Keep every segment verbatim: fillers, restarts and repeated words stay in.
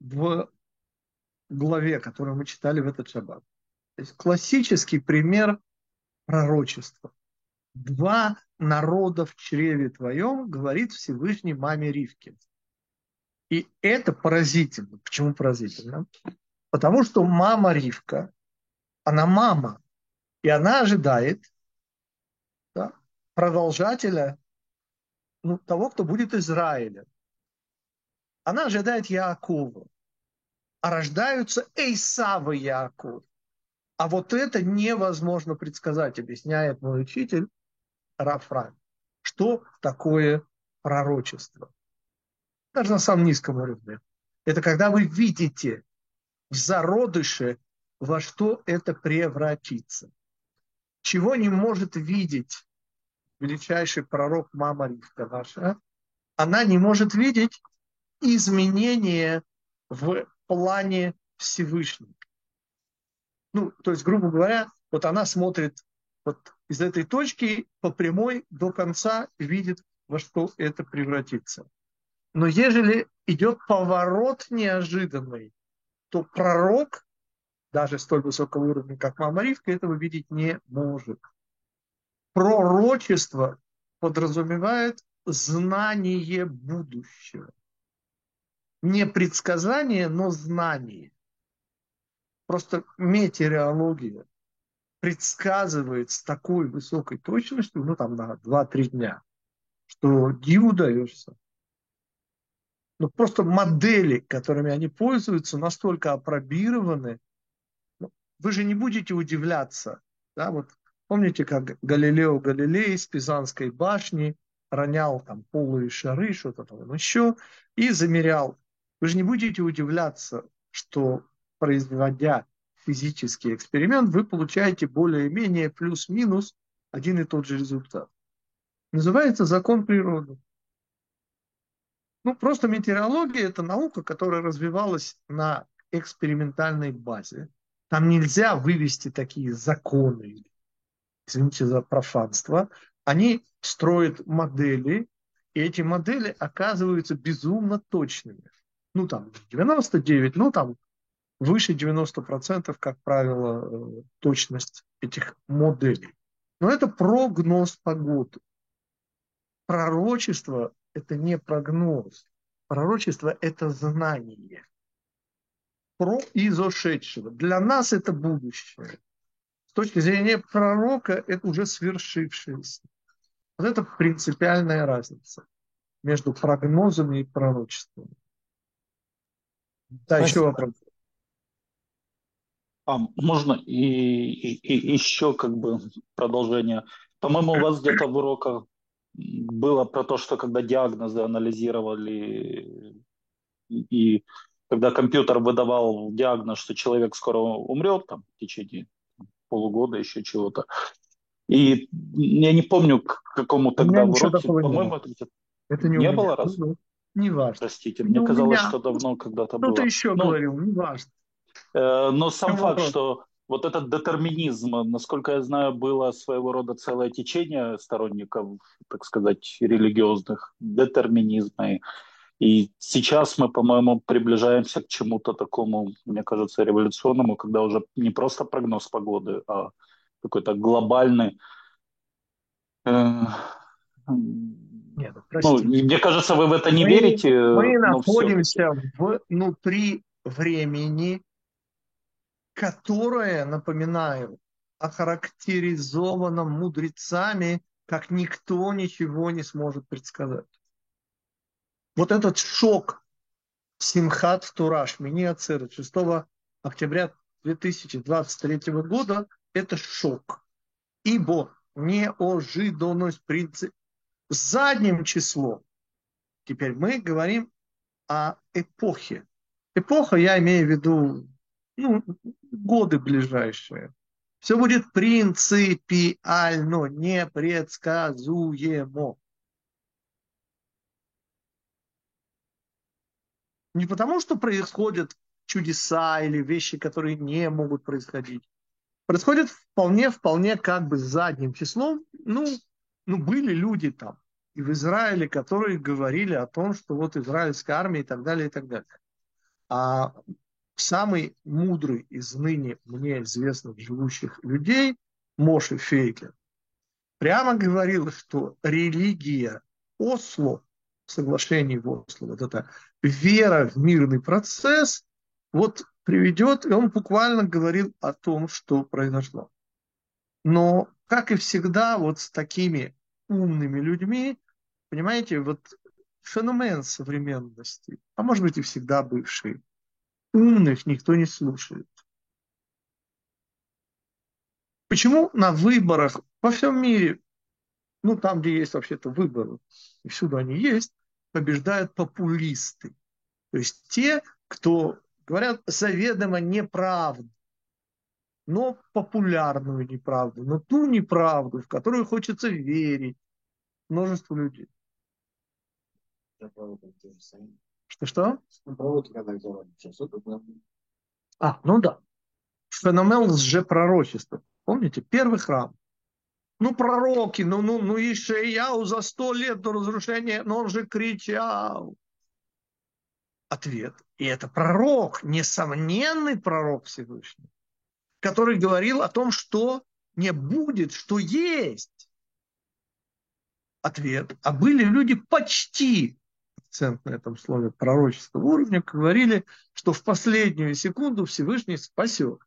в главе, которую мы читали в этот шаббат. То есть классический пример пророчества. Два народа в чреве твоем, говорит Всевышний маме Ривке. И это поразительно. Почему поразительно? Потому что мама Ривка, она мама, и она ожидает, да, продолжателя, ну, того, кто будет Израилем. Она ожидает Яакова, а рождаются Эйсав и Яаков. А вот это невозможно предсказать, объясняет мой учитель Рафран. Что такое пророчество? Даже на самом низком уровне. Это когда вы видите в зародыше, во что это превратится. Чего не может видеть величайший пророк мама Ривка наша? Она не может видеть изменения в плане Всевышнего. Ну, то есть, грубо говоря, вот она смотрит вот из этой точки по прямой до конца, видит, во что это превратится. Но ежели идет поворот неожиданный, то пророк, даже столь высокого уровня, как мама Ривка, этого видеть не может. Пророчество подразумевает знание будущего. Не предсказание, но знание. Просто метеорология предсказывает с такой высокой точностью, ну там на два-три дня, что диву даешься. Ну просто модели, которыми они пользуются, настолько апробированы. Ну, вы же не будете удивляться. Да? Вот помните, как Галилео Галилей с Пизанской башни ронял там полые шары, что-то там еще, и замерял. Вы же не будете удивляться, что, производя физический эксперимент, вы получаете более-менее плюс-минус один и тот же результат. Называется закон природы. Ну, просто метеорология – это наука, которая развивалась на экспериментальной базе. Там нельзя вывести такие законы, извините за профанство. Они строят модели, и эти модели оказываются безумно точными. Ну, там девяносто девять, ну, там выше девяноста процентов, как правило, точность этих моделей. Но это прогноз погоды. Пророчество – это не прогноз. Пророчество – это знание про изошедшего. Для нас это будущее. С точки зрения пророка это уже свершившееся. Вот это принципиальная разница между прогнозами и пророчеством. Да, еще Спасибо. вопрос. А можно и, и, и еще как бы продолжение. По-моему, у вас где-то в уроках было про то, что когда диагнозы анализировали и, и когда компьютер выдавал диагноз, что человек скоро умрет там, в течение полугода, еще чего-то. И я не помню, к какому У меня тогда в ничего уроке, такого не было. по-моему, это где-то Это не у не меня. было раз. Ну, не важно. Простите, мне Ну, у казалось, меня. что давно когда-то Кто-то было. еще Ну, говорил, не важно. Э, Но В сам чем факт, вопрос? что вот этот детерминизм, насколько я знаю, было своего рода целое течение сторонников, так сказать, религиозных детерминизма. И, и сейчас мы, по-моему, приближаемся к чему-то такому, мне кажется, революционному, когда уже не просто прогноз погоды, а какой-то глобальный. э, Нет, ну, Ну, и простите. мне кажется, вы в это не Мы, верите, мы но все-таки. находимся внутри времени, которое, напоминаю, охарактеризовано мудрецами, как никто ничего не сможет предсказать. Вот этот шок Симхат Тура, Шмини Ацерет, шестого октября две тысячи двадцать третьего года, это шок. Ибо неожиданность принцип задним числом. Теперь мы говорим о эпохе. Эпоха, я имею в виду, ну, годы ближайшие. Все будет принципиально непредсказуемо. Не потому, что происходят чудеса или вещи, которые не могут происходить. Происходит вполне, вполне как бы задним числом. Ну, ну, были люди там и в Израиле, которые говорили о том, что вот израильская армия и так далее, и так далее. А самый мудрый из ныне мне известных живущих людей, Моше Фейгель, прямо говорил, что религия Осло, соглашение в Осло, вот эта вера в мирный процесс, вот приведет, и он буквально говорил о том, что произошло. Но, как и всегда, вот с такими умными людьми, понимаете, вот феномен современности, а может быть и всегда бывший, умных никто не слушает. Почему на выборах во всем мире, ну там, где есть вообще-то выборы, и всюду они есть, побеждают популисты? То есть те, кто говорят заведомо неправду, но популярную неправду, но ту неправду, в которую хочется верить множеству людей. Что-что? А, ну да. Феномен лжепророчества. Помните, первый храм. Ну, пророки, ну, ну, ну, Ишаяу за сто лет до разрушения, но он же кричал. Ответ. И это пророк, несомненный пророк Всевышний, который говорил о том, что не будет, что есть. Ответ. А были люди почти, акцент на этом слове, пророческого уровня, говорили, что в последнюю секунду Всевышний спасет.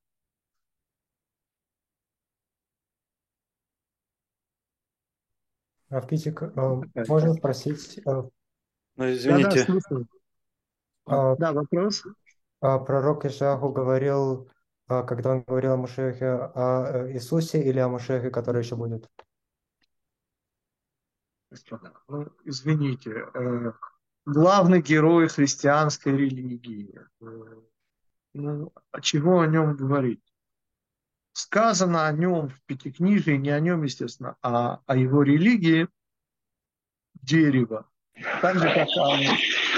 Равкитик, э, можно спросить, э, Ну, Да-да, извините, слушаю. э, Да, вопрос. э, пророк Ишаху говорил, э, когда он говорил о Машехе, о э, Иисусе или о Машехе, который еще будет? Ну, извините, э, главный герой христианской религии. Э, ну, а чего о нем говорить? Сказано о нем в Пятикнижии, не о нем, естественно, а о его религии дерево. Так же, как о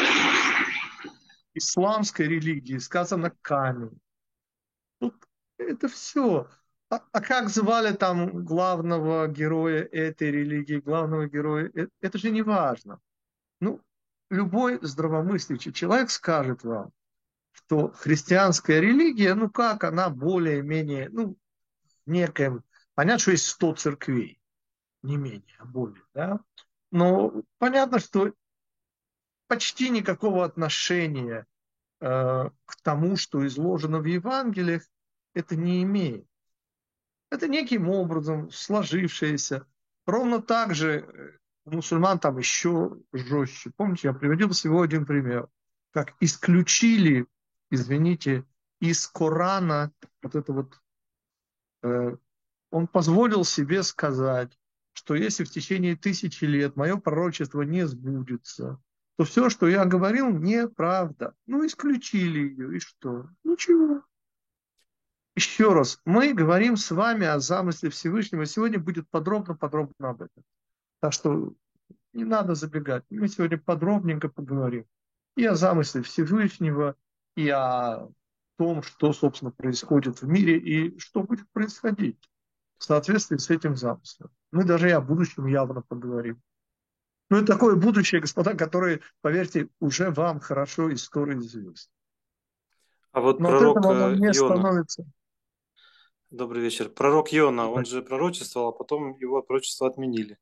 исламской религии сказано камень. Тут это все. А, а как звали там главного героя этой религии, главного героя? э- Это же не важно. Ну, любой здравомыслящий человек скажет вам, что христианская религия, ну как, она более-менее, ну, некая, понятно, что есть сто церквей, не менее, а более, да? Но понятно, что почти никакого отношения э, к тому, что изложено в Евангелиях, это не имеет. Это неким образом сложившееся. Ровно так же э, у мусульман там еще жестче. Помните, я приводил всего один пример. Как исключили, извините, из Корана вот это вот, э, он позволил себе сказать, что если в течение тысячи лет мое пророчество не сбудется, то все, что я говорил, неправда. Ну, исключили ее, и что? Ничего. Еще раз, мы говорим с вами о замысле Всевышнего. Сегодня будет подробно-подробно об этом. Так что не надо забегать. Мы сегодня подробненько поговорим и о замысле Всевышнего, и о том, что, собственно, происходит в мире и что будет происходить в соответствии с этим замыслом. Мы даже и о будущем явно поговорим. Ну и такое будущее, господа, которое, поверьте, уже вам хорошо и скоро известно. а вот Но от пророк этого оно э, не Иона, становится. добрый вечер, пророк Иона, он же пророчествовал, а потом его пророчество отменили.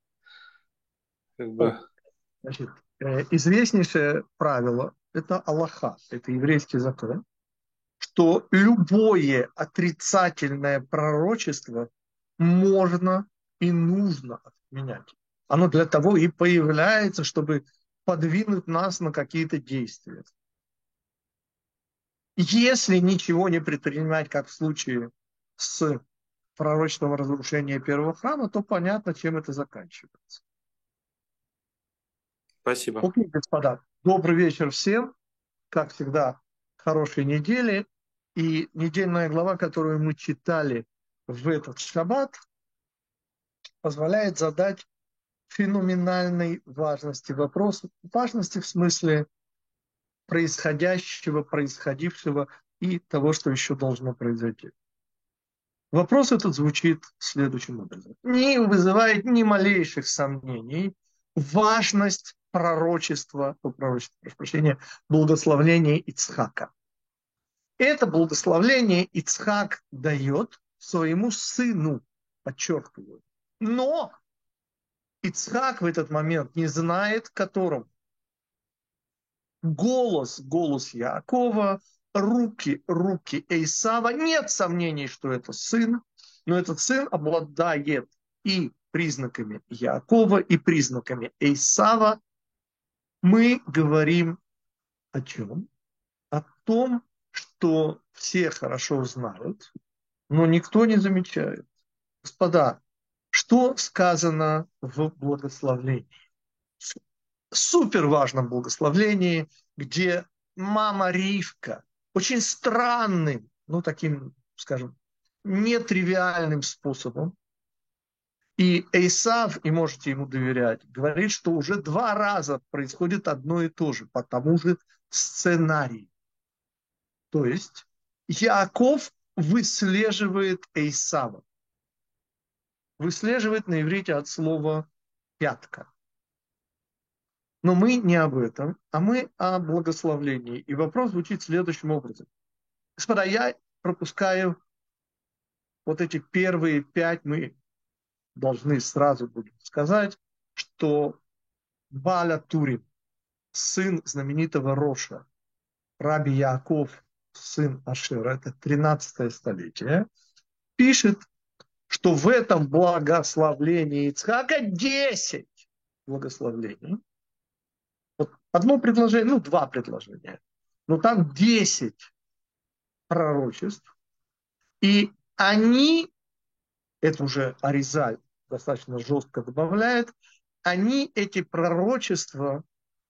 Как О, бы, значит, э, известнейшее правило – это Аллаха, это еврейский закон, что любое отрицательное пророчество можно и нужно отменять. Оно для того и появляется, чтобы подвинуть нас на какие-то действия. Если ничего не предпринимать, как в случае с пророчеством разрушения первого храма, то понятно, чем это заканчивается. спасибо. Окей, господа, добрый вечер всем. Как всегда, хорошей недели. И недельная глава, которую мы читали в этот шаббат, позволяет задать феноменальной важности вопрос. Важности в смысле происходящего, происходившего и того, что еще должно произойти. Вопрос этот звучит следующим образом. Не вызывает ни малейших сомнений важность пророчества, о, пророчества, прошу прощения, благословления Ицхака. Это благословление Ицхак дает своему сыну, подчеркиваю. Но Ицхак в этот момент не знает, которым голос, голос Яакова, руки, руки Эйсава. Нет сомнений, что это сын, но этот сын обладает и признаками Яакова, и признаками Эйсава. Мы говорим о чем? О том, что все хорошо знают, но никто не замечает. Господа, что сказано в благословении? Супер важном благословении, где мама Ривка очень странным, ну таким, скажем, нетривиальным способом, и Эйсав, и можете ему доверять, говорит, что уже два раза происходит одно и то же, по тому же сценарию. То есть Яаков выслеживает Эйсава. Выслеживает на иврите от слова «пятка». Но мы не об этом, а мы о благословлении. И вопрос звучит следующим образом. Господа, я пропускаю вот эти первые пять, мы должны сразу будем сказать, что Баля Турим, сын знаменитого Роша, Раби Яаков, сын Ашера, это тринадцатое столетие, пишет, что в этом благословлении Ицхака десять благословлений. Вот одно предложение, ну два предложения, но там десять пророчеств, и они, это уже Аризаль достаточно жестко добавляет, они, эти пророчества,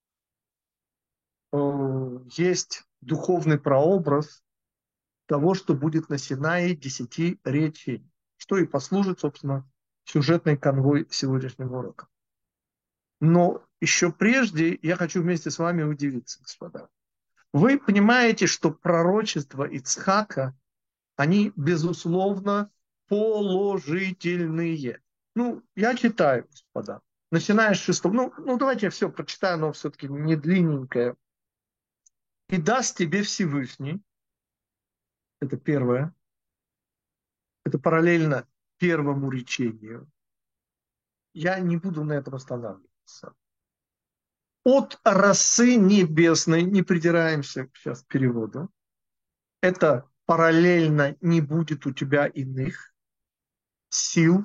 э, есть духовный прообраз того, что будет на Синае десяти речей, что и послужит, собственно, сюжетной конвой сегодняшнего урока. Но еще прежде я хочу вместе с вами удивиться, господа. Вы понимаете, что пророчества Ицхака, они, безусловно, положительные. Ну, я читаю, господа. Начиная с шестого. Ну, ну давайте я все прочитаю, но все-таки не длинненькое. «И даст тебе Всевышний». Это первое. Это параллельно первому речению. Я не буду на этом останавливаться. «От росы небесной», не придираемся сейчас к переводу, это параллельно «не будет у тебя иных сил».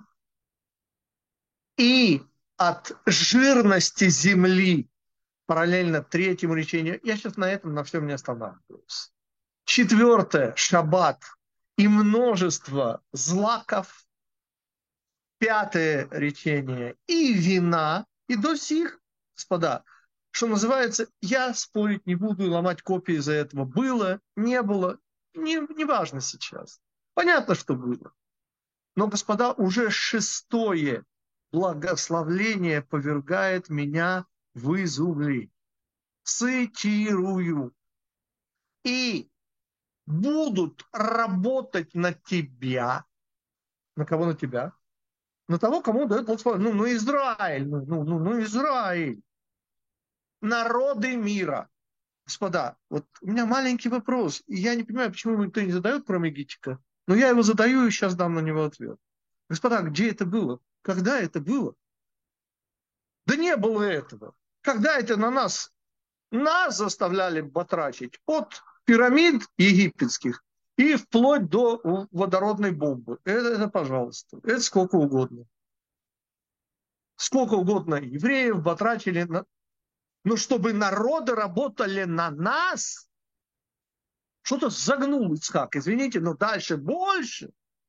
И от жирности земли, параллельно третьему речению. Я сейчас на этом на всем не останавливаюсь. Четвертое, шаббат и множество злаков. Пятое речение и вина. И до сих, господа, что называется, я спорить не буду и ломать копии из-за этого. Было, не было, не, не важно сейчас. Понятно, что было. Но, господа, уже шестое благословление повергает меня в изумление. Цитирую. И будут работать на тебя. На кого на тебя? На того, кому дает благословение. Ну, ну Израиль. Ну, ну, ну, ну Израиль. Народы мира. Господа, вот у меня маленький вопрос. И я не понимаю, почему никто не задает, кроме Гитика. Но я его задаю и сейчас дам на него ответ. Господа, где это было? Когда это было? Да не было этого. Когда это на нас, нас заставляли батрачить от пирамид египетских и вплоть до водородной бомбы. Это, это пожалуйста, это сколько угодно. Сколько угодно евреев батрачили. На... Но чтобы народы работали на нас, что-то загнул Ицхак, извините, но дальше больше.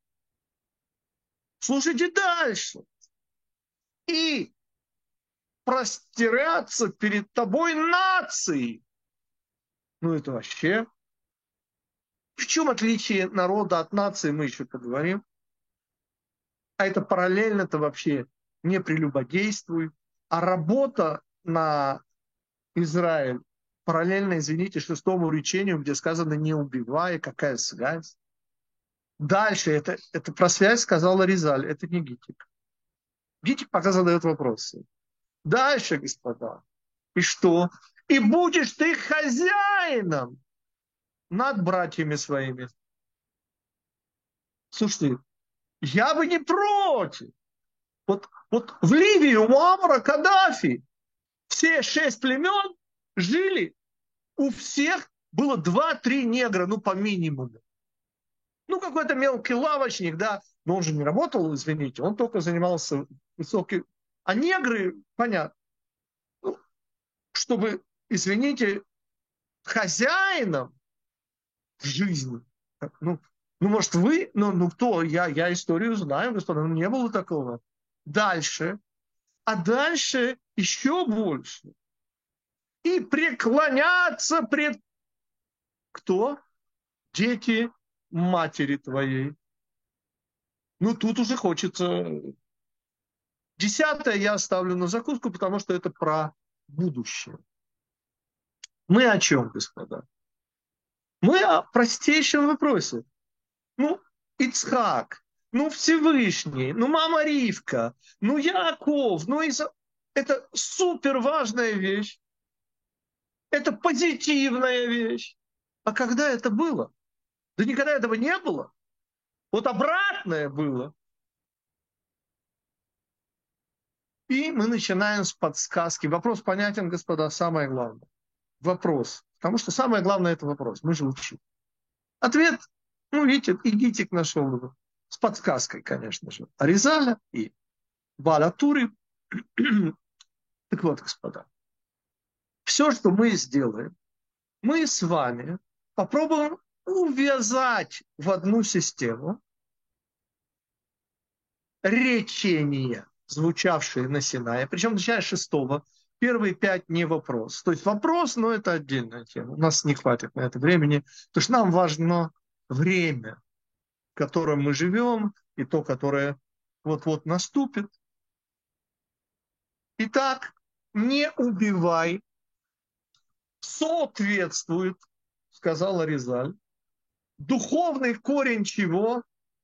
Слушайте дальше. И простираться перед тобой нации. Ну это вообще. В чем отличие народа от нации, мы еще поговорим. А это параллельно-то вообще не прелюбодействуй. А работа на Израиль параллельно, извините, шестому речению, где сказано «не убивай», какая связь. Дальше, это, это про связь сказал Аризаль, это не Гитик. Гитик пока задает вопросы. Дальше, господа. И что? И будешь ты хозяином над братьями своими. Слушайте, я бы не против. Вот, вот в Ливии у Муаммара Каддафи все шесть племен жили, у всех было два-три негра, ну, по минимуму. Ну, какой-то мелкий лавочник, да, но он же не работал, извините, он только занимался высоким. А негры, понятно, ну, чтобы, извините, хозяином в жизни, ну, ну может, вы, ну, ну кто, я, я историю знаю, господа, ну, не было такого. Дальше, а дальше еще больше. И преклоняться пред кто? Дети матери твоей. Ну, тут уже хочется... Десятое я оставлю на закуску, потому что это про будущее. Мы о чем, господа? Мы о простейшем вопросе. Ну, Ицхак, ну, Всевышний, ну, мама Ривка, ну, Яков, ну, Иса... Это супер важная вещь. Это позитивная вещь. А когда это было? Да никогда этого не было. Вот обратное было. И мы начинаем с подсказки. Вопрос понятен, господа, самое главное. Вопрос. Потому что самое главное – это вопрос. Мы же учим. Ответ, ну, видите, идите к нашему с подсказкой, конечно же. Аризаля и Бааля Тури. Так вот, господа, все, что мы сделаем, мы с вами попробуем увязать в одну систему речения, звучавшие на Синае, причем начиная с шестого, первые пять не вопрос. То есть вопрос, но это отдельная тема. У нас не хватит на это времени, потому что нам важно время, в котором мы живем, и то, которое вот-вот наступит. Итак, не убивай, соответствует, сказал Аризаль, духовный корень чего?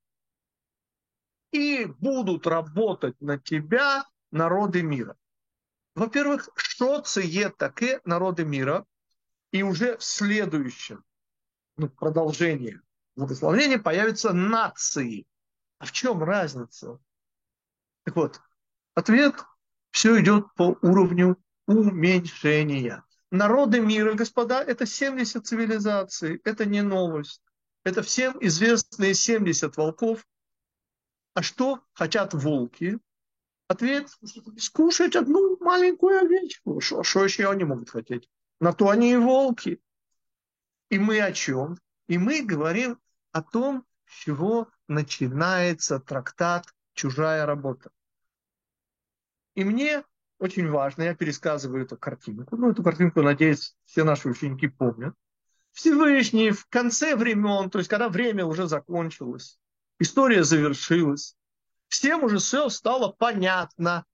И будут работать на тебя народы мира. Во-первых, что це таке народы мира? И уже в следующем, ну, продолжении благословения появятся нации. А в чем разница? Так вот, ответ: все идет по уровню уменьшения. Народы мира, господа, это семьдесят цивилизаций, это не новость. Это всем известные семьдесят волков. А что хотят волки? Ответ: скушать одну маленькую овечку. Что еще они могут хотеть? На то они и волки. И мы о чем? И мы говорим о том, с чего начинается трактат «Чужая работа». И мне очень важно, я пересказываю эту картинку, ну, эту картинку, надеюсь, все наши ученики помнят. Всевышний в конце времен, то есть когда время уже закончилось, история завершилась, всем уже все стало понятно.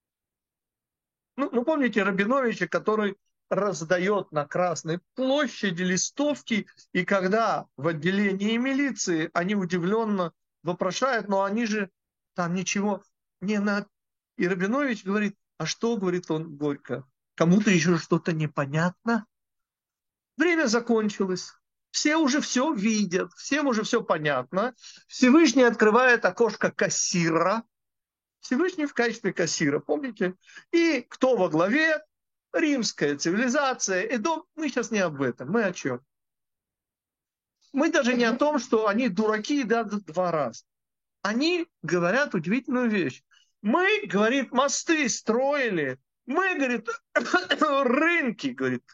Ну, ну помните Рабиновича, который раздает на Красной площади листовки, и когда в отделении милиции они удивленно вопрошают, но они же там ничего не на... И Рабинович говорит: а что, говорит он горько, кому-то еще что-то непонятно? Время закончилось. Все уже все видят, всем уже все понятно. Всевышний открывает окошко кассира. Всевышний в качестве кассира, помните? И кто во главе? Римская цивилизация. Эдом. Мы сейчас не об этом. Мы о чем? Мы даже не о том, что они дураки, да, два раза. Они говорят удивительную вещь. Мы, говорит, мосты строили. Мы, говорит, рынки, говорит.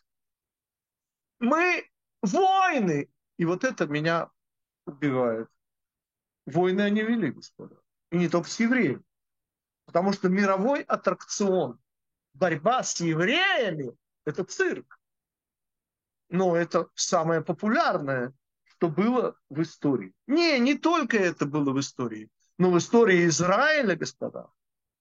Мы войны. И вот это меня убивает. Войны они вели, господа. И не только с евреями. Потому что мировой аттракцион, борьба с евреями – это цирк. Но это самое популярное, что было в истории. Не, не только это было в истории, но в истории Израиля, господа.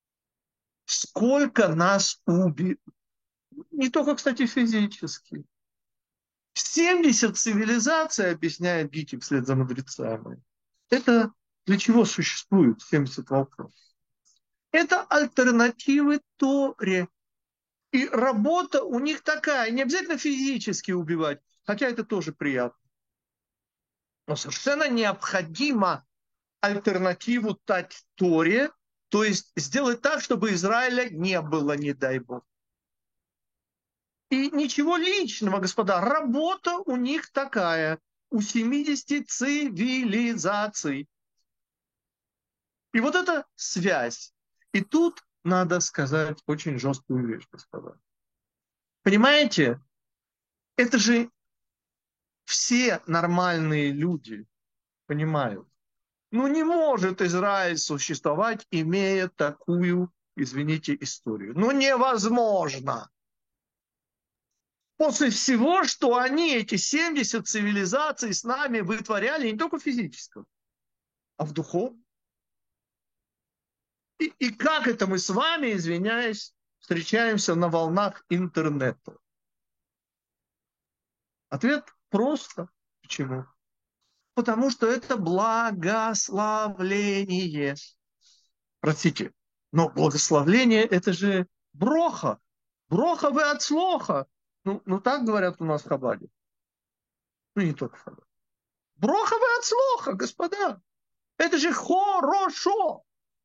Сколько нас убили. Не только, кстати, физически. семьдесят цивилизаций, объясняет Гити вслед за мудрецами. Это для чего существует семьдесят волков? Это альтернативы Торе. И работа у них такая, не обязательно физически убивать, хотя это тоже приятно. Но совершенно необходимо альтернативу дать Торе, то есть сделать так, чтобы Израиля не было, не дай Бог. И ничего личного, господа, работа у них такая, у семидесяти цивилизаций. И вот эта связь. И тут надо сказать очень жесткую вещь, господа. Понимаете, это же все нормальные люди понимают. Ну не может Израиль существовать, имея такую, извините, историю. Ну невозможно. После всего, что они, эти семьдесят цивилизаций с нами вытворяли, не только физическом, а в духовном. И, и как это мы с вами, извиняюсь, встречаемся на волнах интернета? Ответ просто. Почему? Потому что это благословление. Простите, но благословление это же броха. Броха вы от слоха. Ну, ну так говорят у нас в Хабаде. Ну не только в Хабаде. Броха вы от слоха, господа. Это же хорошо.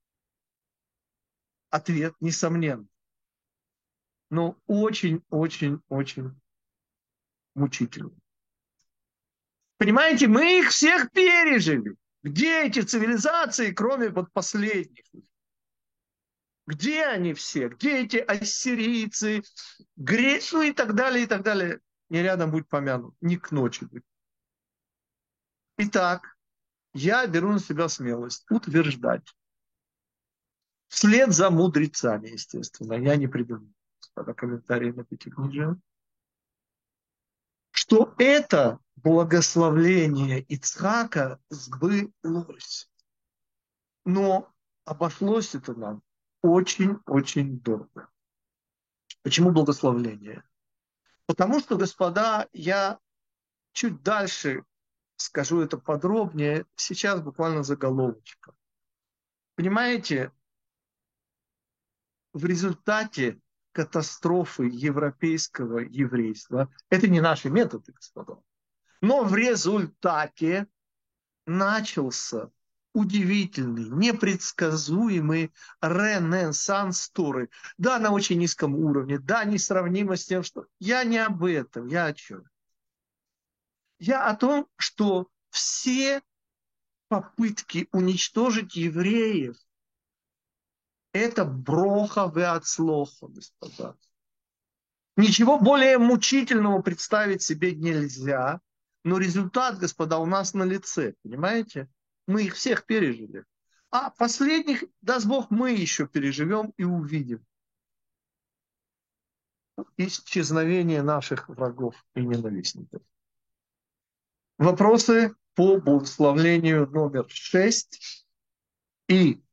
Ответ несомненно. Но очень-очень-очень мучительный. Понимаете, мы их всех пережили. Где эти цивилизации, кроме вот последних? Где они все? Где эти ассирийцы, греки, ну и так далее, и так далее? Не рядом будь помянут, не к ночи будет. Итак, я беру на себя смелость утверждать, вслед за мудрецами, естественно, я не придумал, господа, комментарии на пятикнижие, что это благословление Ицхака сбылось. Но обошлось это нам очень-очень дорого. Почему благословление? Потому что, господа, я чуть дальше скажу это подробнее, сейчас буквально заголовочком. Понимаете, в результате катастрофы европейского еврейства, это не наши методы, господа, но в результате начался удивительный, непредсказуемый ренессанс Торы. Да, на очень низком уровне, да, несравнимо с тем, что... Я не об этом, я о чем? Я о том, что все попытки уничтожить евреев – это броха веацлоха, господа. Ничего более мучительного представить себе нельзя, но результат, господа, у нас на лице, понимаете? Мы их всех пережили. А последних, даст Бог, мы еще переживем и увидим. Исчезновение наших врагов и ненавистников. Вопросы по благословлению номер шесть и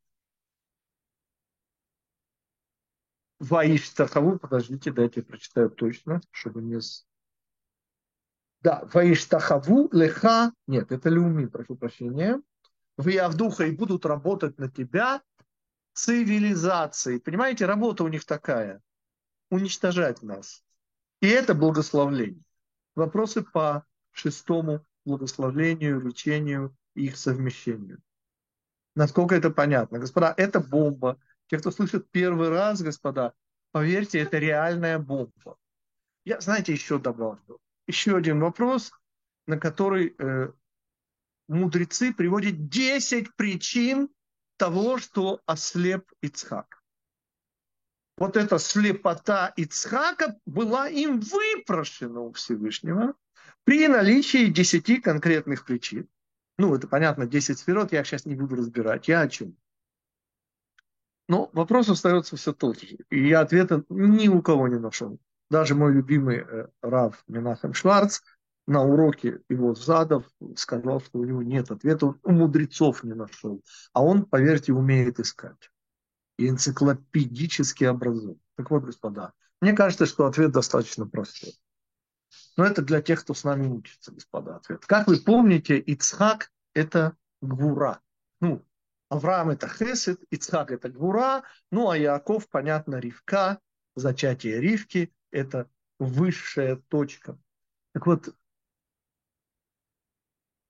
Ваиштахаву. Подождите, дайте я прочитаю точно, чтобы не... Да, Ваиштахаву леха, нет, это Леуми, прошу прощения. В Явдуха и будут работать на тебя цивилизации. Понимаете, работа у них такая. Уничтожать нас. И это благословление. Вопросы по шестому благословлению, лечению и их совмещению. Насколько это понятно? Господа, это бомба. Те, кто слышит первый раз, господа, поверьте, это реальная бомба. Я, знаете, еще добавлю. Еще один вопрос, на который э, мудрецы приводят десять причин того, что ослеп Ицхак. Вот эта слепота Ицхака была им выпрошена у Всевышнего при наличии десяти конкретных причин. Ну, это понятно, десять сферот, я их сейчас не буду разбирать. Я о чем? Но вопрос остается все тот же. И я ответа ни у кого не нашел. Даже мой любимый э, рав Менахем Шварц на уроке его задов сказал, что у него нет ответа, он у мудрецов не нашел. А он, поверьте, умеет искать. И энциклопедически образован. Так вот, господа, мне кажется, что ответ достаточно простой. Но это для тех, кто с нами учится, господа, ответ. Как вы помните, Ицхак – это гвура. Ну, Авраам – это хесед, Ицхак – это гвура, ну, а Яаков, понятно, Ривка, зачатие Ривки – это высшая точка. Так вот,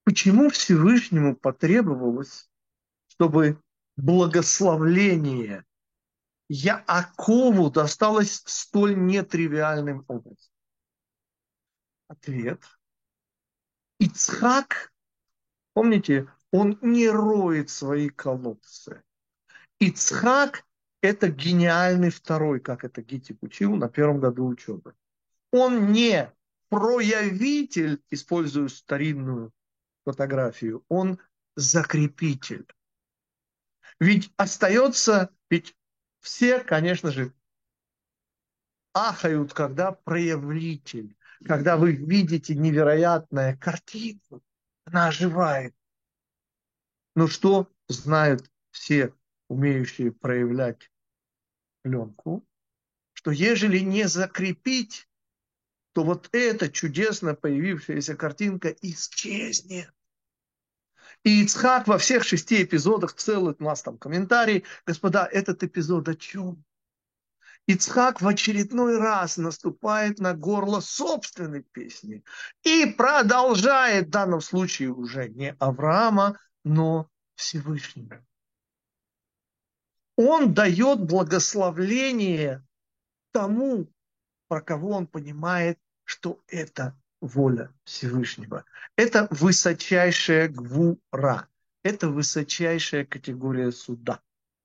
Почему Всевышнему потребовалось, чтобы благословление Яакову досталось столь нетривиальным образом? Ответ. Ицхак, помните, он не роет свои колодцы. Ицхак – это гениальный второй, как это Гитик учил на первом году учебы. Он не проявитель, используя старинную фотографию, он закрепитель. Ведь остается, ведь все, конечно же, ахают, когда проявитель, когда вы видите невероятную картину, она оживает. Но что знают все, умеющие проявлять пленку? Что ежели не закрепить, то вот эта чудесно появившаяся картинка исчезнет. И Ицхак во всех шести эпизодах, целый у нас там комментарий, господа, этот эпизод о чем? Ицхак в очередной раз наступает на горло собственной песни и продолжает, в данном случае уже не Авраама, но Всевышнего. Он дает благословление тому, про кого он понимает, что это воля Всевышнего. Это высочайшая гвура, это высочайшая категория суда.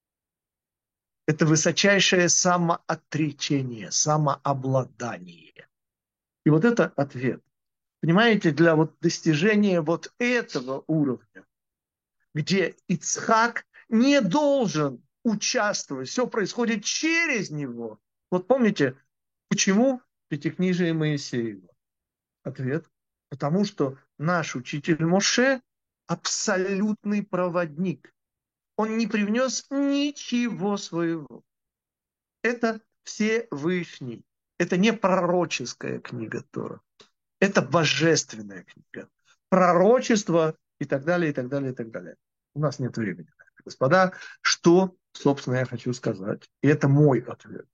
Это высочайшее самоотречение, самообладание. И вот это ответ. Понимаете, для вот достижения вот этого уровня, где Ицхак не должен участвовать, все происходит через него. Вот помните, почему Пятикнижие Моисеева? Ответ. Потому что наш учитель Моше абсолютный проводник. Он не привнес ничего своего. Это Всевышний. Это не пророческая книга Тора. Это божественная книга. Пророчество и так далее, и так далее, и так далее. У нас нет времени. Господа, что, собственно, я хочу сказать? И это мой ответ.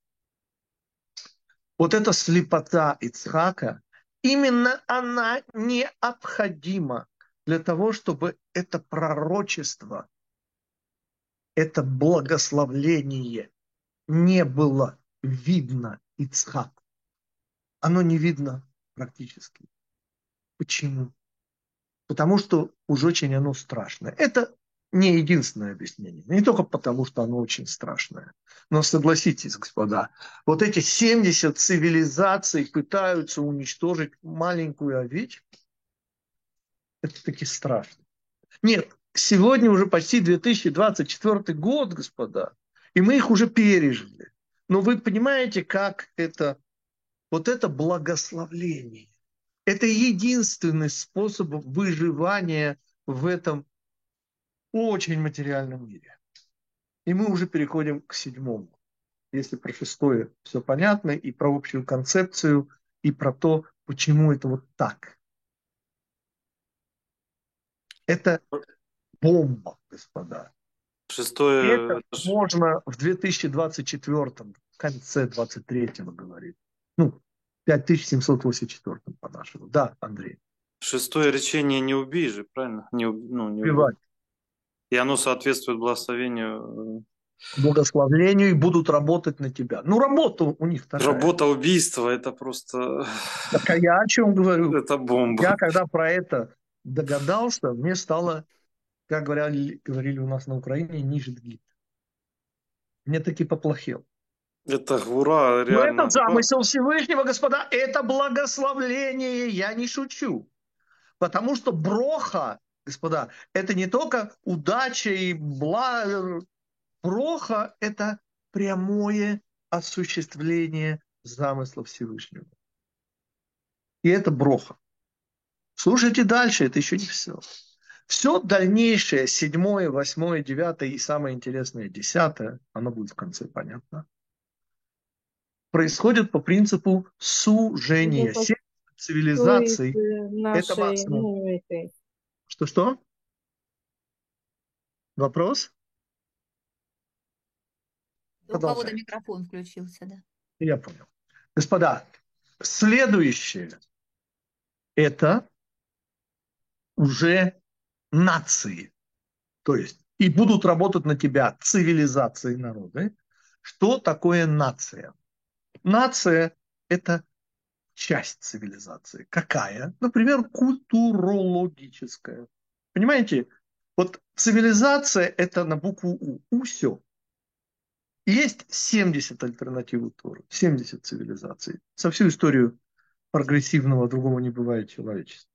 Вот эта слепота Ицхака, именно она необходима для того, чтобы это пророчество, это благословление не было видно Ицхаку. Оно не видно практически. Почему? Потому что уж очень оно страшное. Это не единственное объяснение. Не только потому, что оно очень страшное. Но согласитесь, господа, вот эти семьдесят цивилизаций пытаются уничтожить маленькую овечку. Это таки страшно. Нет, сегодня уже почти две тысячи двадцать четвёртый год, господа, и мы их уже пережили. Но вы понимаете, как это, вот это благословление. Это единственный способ выживания в этом очень материальном мире. И мы уже переходим к седьмому. Если про шестое все понятно, и про общую концепцию, и про то, почему это вот так. Это бомба, господа. Шестое... Это можно в две тысячи двадцать четвёртом, в конце двадцать третьего говорить. Ну, пять тысяч семьсот восемьдесят четыре по-нашему. Да, Андрей. Шестое речение не убей же, правильно? Не, уб- ну, не убей. Убивать. И оно соответствует благословению. Благословлению и будут работать на тебя. Ну, работа у них такая. Работа убийства, это просто... Так а я о чем говорю? Это бомба. Я когда про это догадался, мне стало, как говорили, говорили у нас на Украине, ниже гид. Мне таки поплохел. Это гура, Но реально. это замысел Всевышнего, господа, это благословление, я не шучу. Потому что броха, господа, это не только удача и благо. Броха – это прямое осуществление замысла Всевышнего. И это броха. Слушайте дальше, это еще не все. Все дальнейшее, седьмое, восьмое, девятое и самое интересное, десятое, оно будет в конце, понятно, происходит по принципу сужения. Это Семь То цивилизаций есть э, – это нашей, максимум. ну, этой, Что-что? Вопрос? У кого-то Продолжай. микрофон включился, да. Я понял. Господа, следующее – это уже нации. То есть и будут работать на тебя цивилизации народы. Что такое нация? Нация – это часть цивилизации. Какая? Например, культурологическая. Понимаете? Вот цивилизация – это на букву У. У все. Есть семьдесят альтернатив Торы, семьдесят цивилизаций. За всю историю прогрессивного другого не бывает человечества.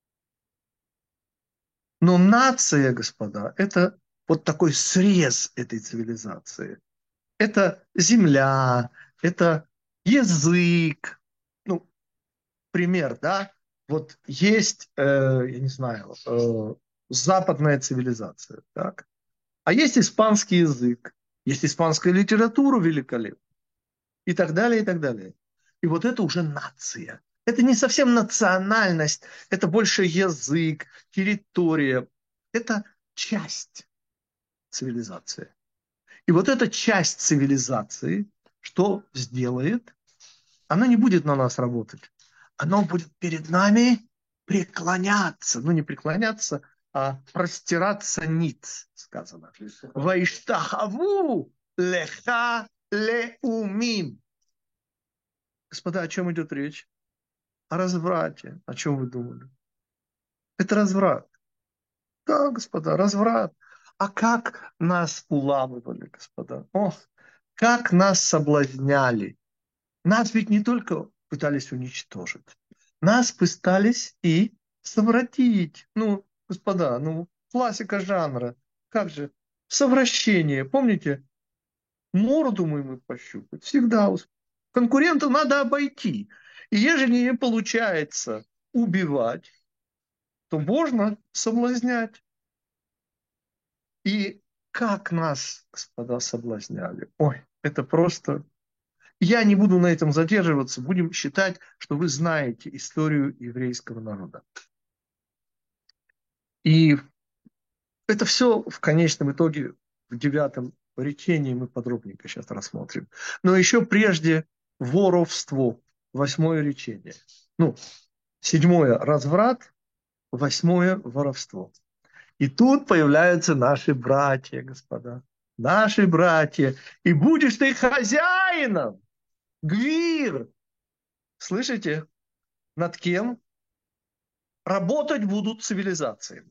Но нация, господа, это вот такой срез этой цивилизации. Это земля, это язык. Ну, пример, да? Вот есть, э, я не знаю, э, западная цивилизация, так? А есть испанский язык, есть испанская литература великолепная, и так далее, и так далее. И вот это уже нация. Это не совсем национальность, это больше язык, территория. Это часть цивилизации. И вот эта часть цивилизации, что сделает? Она не будет на нас работать. Она будет перед нами преклоняться. Ну, не преклоняться, а простираться ниц, сказано. Ваиштахаву леха леумим. Господа, о чем идет речь? О разврате. О чем вы думали? Это разврат. Да, господа, разврат. А как нас уламывали, господа? Ох, как нас соблазняли. Нас ведь не только пытались уничтожить. Нас пытались и совратить. Ну, господа, ну, классика жанра. Как же? Совращение. Помните? Морду мы ему пощупать. Всегда. усп- Конкурента надо обойти. И ежели не получается убивать, то можно соблазнять. И как нас, господа, соблазняли. Ой, это просто... Я не буду на этом задерживаться. Будем считать, что вы знаете историю еврейского народа. И это все в конечном итоге в девятом речении мы подробненько сейчас рассмотрим. Но еще прежде воровство, восьмое речение. Ну, седьмое – разврат, восьмое – воровство. И тут появляются наши братья, господа. Наши братья. И будешь ты хозяином, Гвир. Слышите? Над кем? Работать будут цивилизации.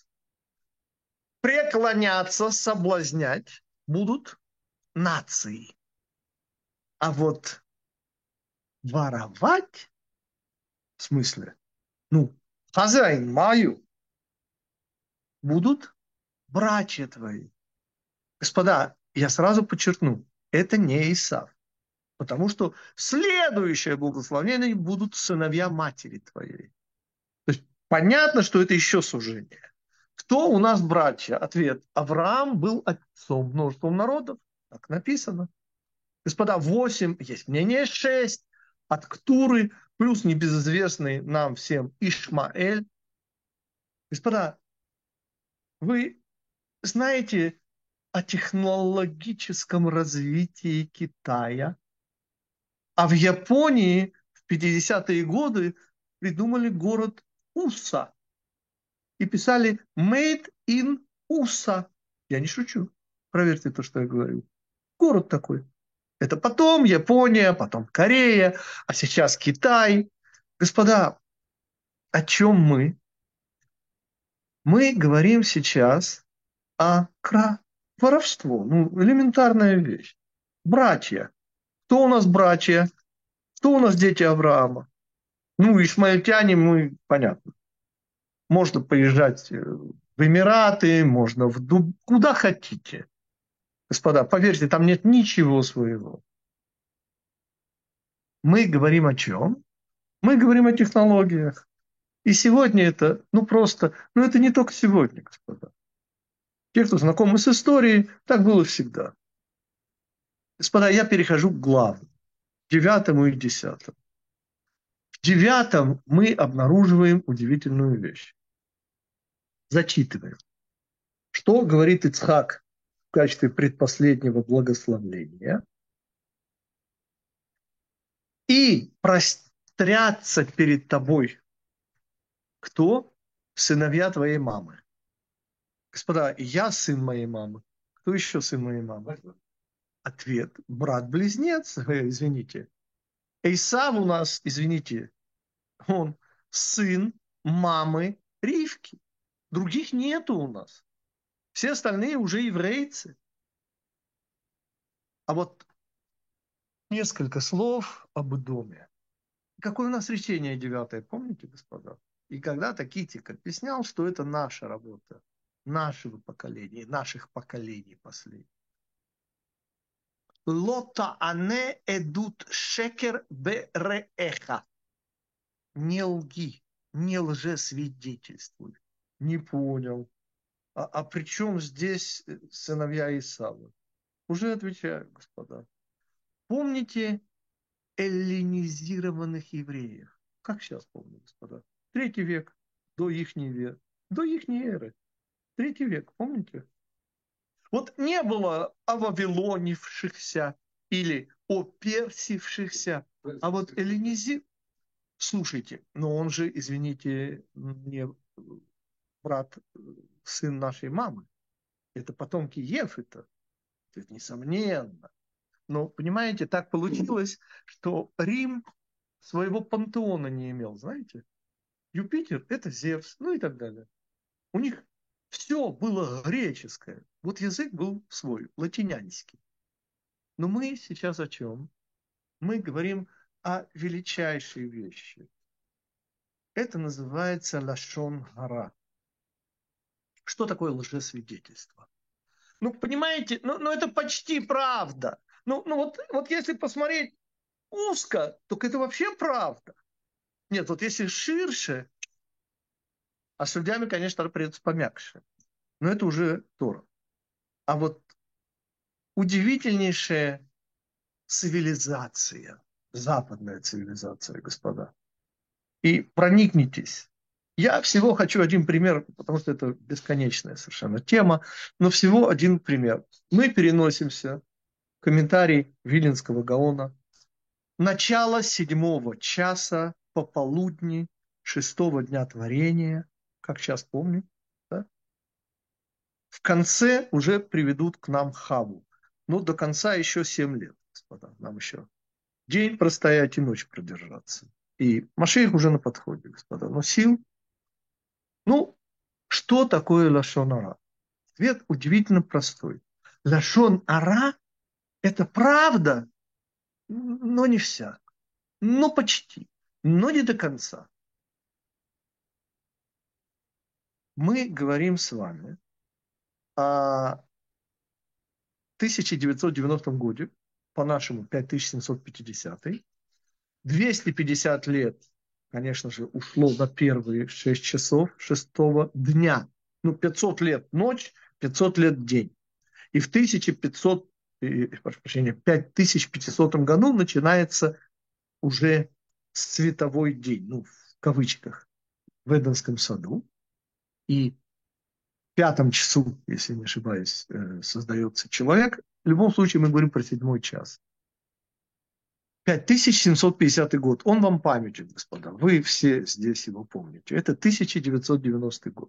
Преклоняться, соблазнять будут нации. А вот воровать, в смысле, ну, хозяин мою, будут братья твои. Господа, я сразу подчеркну, это не Исав. Потому что следующее благословение будут сыновья матери твоей. То есть понятно, что это еще сужение. Кто у нас братья? Ответ. Авраам был отцом множеством народов. Так написано. Господа, восемь, есть мнение шесть. От Ктуры, плюс небезызвестный нам всем Ишмаэль. Господа, вы знаете о технологическом развитии Китая? А в Японии в пятидесятые годы придумали город Уса. И писали «Made in Уса». Я не шучу. Проверьте то, что я говорю. Город такой. Это потом Япония, потом Корея, а сейчас Китай. Господа, о чем мы? Мы говорим сейчас о кра... воровстве. Ну, элементарная вещь. Братья. Кто у нас братья? Кто у нас дети Авраама? Ну, ишмаильтяне, мы, понятно. Можно поезжать в Эмираты, можно в Дуб... куда хотите. Господа, поверьте, там нет ничего своего. Мы говорим о чем? Мы говорим о технологиях. И сегодня это, ну просто, ну это не только сегодня, господа. Те, кто знакомы с историей, так было всегда. Господа, я перехожу к главному, девятому и десятому. В девятом мы обнаруживаем удивительную вещь. Зачитываем. Что говорит Ицхак в качестве предпоследнего благословления? И прострятся перед тобой кто? сыновья твоей мамы. Господа, я сын моей мамы. Кто еще сын моей мамы? Ответ: брат-близнец, э, извините. Эйсав у нас, извините, он сын мамы Ривки. Других нету у нас. Все остальные уже еврейцы. А вот несколько слов об Идоме. Какое у нас речение девятое, помните, господа? И когда-то Китик объяснял, что это наша работа, нашего поколения, наших поколений последних. Лота ане эдут шекер береэха. Не лги, не лжесвидетельствуй. Не понял. А, а при чем здесь сыновья Исава? Уже отвечаю, господа. Помните эллинизированных евреев? Как сейчас помню, господа? Третий век до ихней веры. До ихней эры. Третий век, помните? Вот не было овавилонившихся или оперсившихся, а вот эллинизи... Слушайте, но он же, извините, не брат, сын нашей мамы. Это потомки Ефета. Это несомненно. Но, понимаете, так получилось, что Рим своего пантеона не имел, знаете? Юпитер – это Зевс, ну и так далее. У них все было греческое. Вот язык был свой, латинянский. Но мы сейчас о чем? Мы говорим о величайшей вещи. Это называется лашон гара. Что такое лжесвидетельство? Ну, понимаете, ну, ну это почти правда. Ну, ну вот, вот если посмотреть узко, то это вообще правда. Нет, вот если ширше, а с людьми, конечно, придется помягче. Но это уже Тора. А вот удивительнейшая цивилизация, западная цивилизация, господа. И проникнитесь. Я всего хочу один пример, потому что это бесконечная совершенно тема, но всего один пример. Мы переносимся в комментарий Виленского Гаона. Начало седьмого часа пополудни шестого дня творения, как сейчас помню, да? В конце уже приведут к нам Хаву. Ну, до конца еще семь лет, господа, нам еще день простоять и ночь продержаться. И Машиах уже на подходе, господа. Но сил... Ну, что такое лашон ара? Ответ удивительно простой. Лашон ара – это правда, но не вся. Ну, почти, но не до конца. Мы говорим с вами о тысяча девятьсот девяностом году, по-нашему пять тысяч семьсот пятидесятый. двести пятьдесят лет, конечно же, ушло на первые шесть часов шестого дня. Ну, пятьсот лет ночь, пятьсот лет день. И в тысяча пятьсот, э, прошу прощения, пять тысяч пятисотом году начинается уже световой день, ну, в кавычках, в Эденском саду. И в пятом часу, если не ошибаюсь, э, создается человек. В любом случае мы говорим про седьмой час. пять тысяч семьсот пятидесятый год. Он вам памятен, господа. Вы все здесь его помните. Это тысяча девятьсот девяностый год.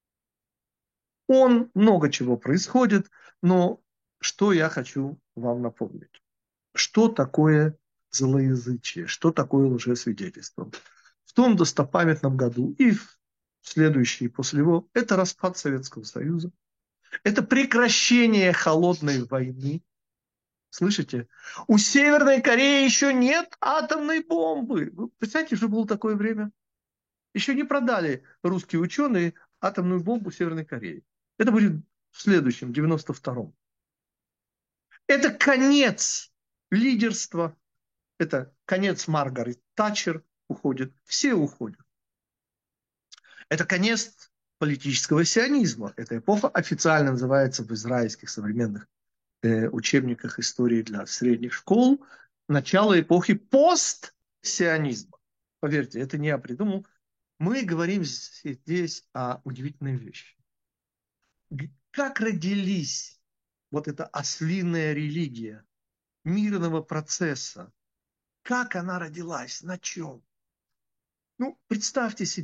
Он, много чего происходит, но что я хочу вам напомнить? Что такое злоязычие? Что такое лжесвидетельство? В том достопамятном году и в следующие после него это распад Советского Союза. Это прекращение холодной войны. Слышите? У Северной Кореи еще нет атомной бомбы. Вы представляете, что было такое время? Еще не продали русские ученые атомную бомбу Северной Корее. Это будет в следующем, девяносто втором. Это конец лидерства. Это конец Маргарет Татчер уходит. Все уходят. Это конец политического сионизма. Эта эпоха официально называется в израильских современных э, учебниках истории для средних школ начало эпохи постсионизма. Поверьте, это не я придумал. Мы говорим здесь о удивительной вещи. Как родились вот эта ослиная религия мирного процесса? Как она родилась? На чем? Ну, представьте себе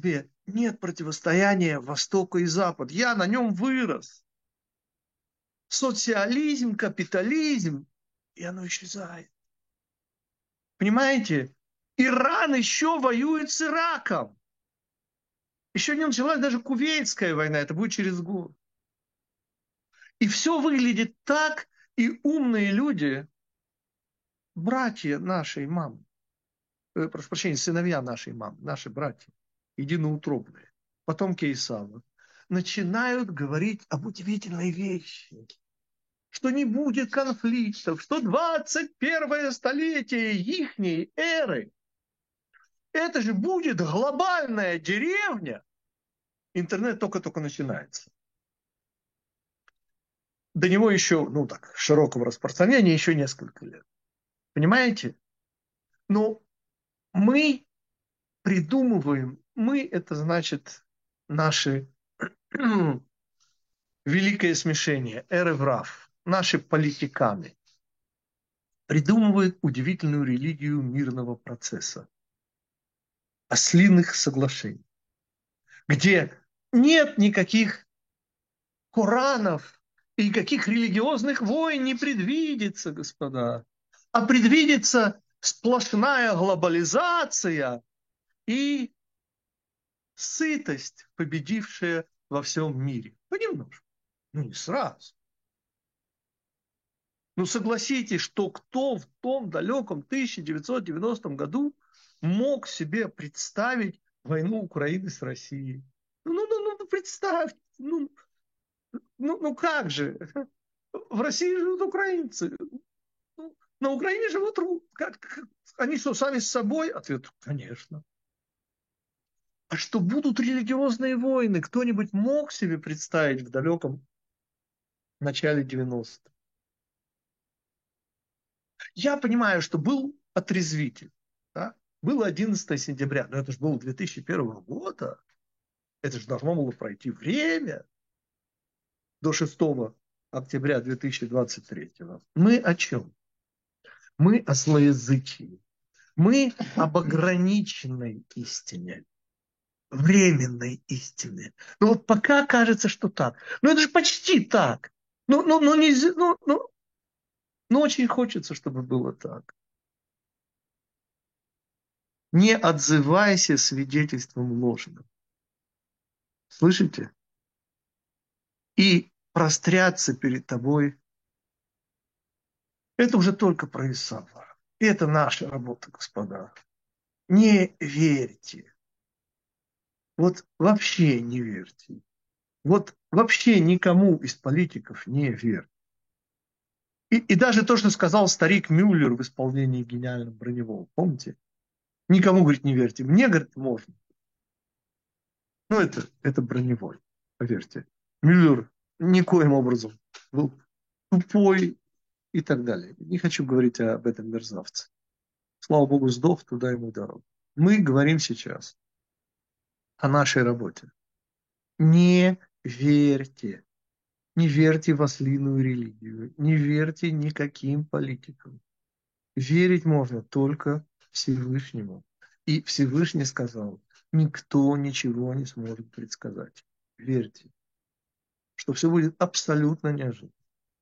нет противостояния Востока и Запада. Я на нем вырос. Социализм, капитализм, и оно исчезает. Понимаете? Иран еще воюет с Ираком. Еще не началась даже Кувейтская война, это будет через год. И все выглядит так, и умные люди, братья нашей мамы, э, прошу прощения, сыновья нашей мамы, наши братья, единоутробные, потомки Исава, начинают говорить об удивительной вещи, что не будет конфликтов, что двадцать первое столетие ихней эры, это же будет глобальная деревня. Интернет только-только начинается. До него еще, ну так, широкого распространения еще несколько лет. Понимаете? Но мы придумываем, мы это значит наши великое смешение, эреврав, наши политиканы придумывают удивительную религию мирного процесса, ослиных соглашений, где нет никаких Коранов и никаких религиозных войн не предвидится, господа, а предвидится сплошная глобализация и сытость, победившая во всем мире. Понемножку, ну не сразу. Ну согласитесь, что кто в том далеком тысяча девятьсот девяностом году мог себе представить войну Украины с Россией? Ну, ну, ну, ну представьте, ну, ну, ну как же? В России живут украинцы. Ну, на Украине живут ру- как, как- они что, сами с собой? Ответ, конечно. А что будут религиозные войны? Кто-нибудь мог себе представить в далеком начале девяностых? Я понимаю, что был отрезвитель. Да? Было одиннадцатое сентября, но это же было две тысячи первого года. Это же должно было пройти время до шестого октября две тысячи двадцать третьего. Мы о чем? Мы о злоязычии. Мы об ограниченной истине, временной истине. Но вот пока кажется, что так. Но это же почти так. Ну, ну, ну, нельзя, ну, ну, ну, очень хочется, чтобы было так. Не отзывайся свидетельством ложным. Слышите? И простряться перед тобой. Это уже только про Исава. И это наша работа, господа. Не верьте. Вот вообще не верьте. Вот вообще никому из политиков не верьте. И, и даже то, что сказал старик Мюллер в исполнении гениального Броневого, помните? Никому, говорит, не верьте. Мне, говорит, можно. Ну, это, это Броневой, поверьте. Мюллер никоим образом был тупой и так далее. Не хочу говорить об этом мерзавце. Слава Богу, сдох, туда ему дорога. Мы говорим сейчас о нашей работе. Не верьте. Не верьте в ослиную религию. Не верьте никаким политикам. Верить можно только Всевышнему. И Всевышний сказал, никто ничего не сможет предсказать. Верьте, что все будет абсолютно неожиданно.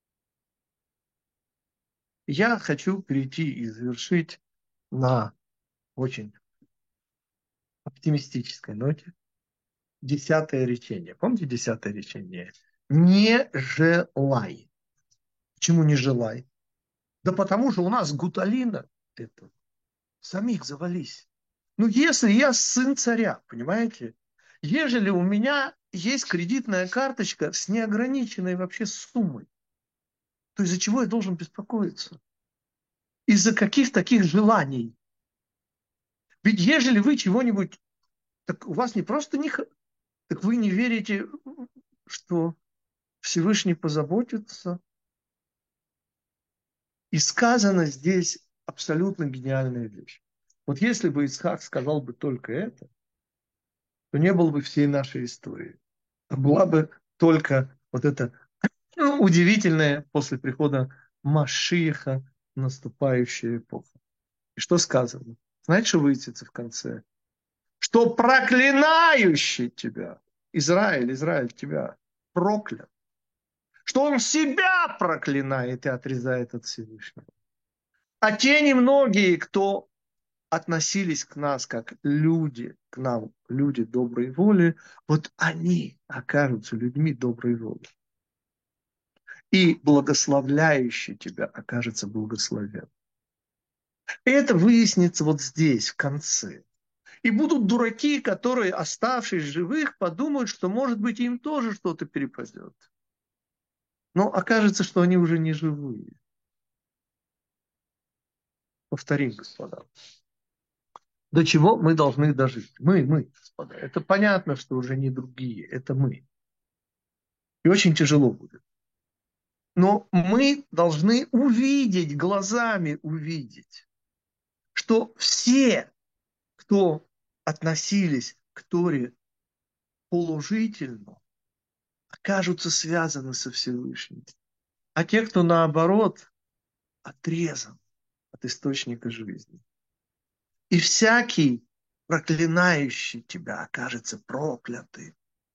Я хочу перейти и завершить на очень оптимистической ноте. Десятое речение. Помните десятое речение? Не желай. Почему не желай? Да потому что у нас гуталина это. Самих завались. Ну, если я сын царя, понимаете? Ежели у меня есть кредитная карточка с неограниченной вообще суммой, то из-за чего я должен беспокоиться? Из-за каких таких желаний? Ведь ежели вы чего-нибудь... Так у вас не просто не... х- Так вы не верите, что Всевышний позаботится? И сказано здесь абсолютно гениальная вещь. Вот если бы Исхак сказал бы только это, то не было бы всей нашей истории. А была бы только вот эта ну, удивительная после прихода Машииха наступающая эпоха. И что сказано? Знаете, что высится в конце? что проклинающий тебя, Израиль, Израиль, тебя проклят, что он себя проклинает и отрезает от Всевышнего. А те немногие, кто относились к нас как люди, к нам, люди доброй воли, вот они окажутся людьми доброй воли. И благословляющий тебя окажется благословен. И это выяснится вот здесь, в конце. И будут дураки, которые, оставшись живых, подумают, что, может быть, им тоже что-то перепадет. Но окажется, что они уже не живые. Повторим, господа. До чего мы должны дожить? Мы, мы, господа. Это понятно, что уже не другие, это мы. И очень тяжело будет. Но мы должны увидеть, глазами увидеть, что все, кто относились к Торе положительно, окажутся связаны со Всевышним. А те, кто наоборот, отрезан от источника жизни. И всякий проклинающий тебя окажется проклятым.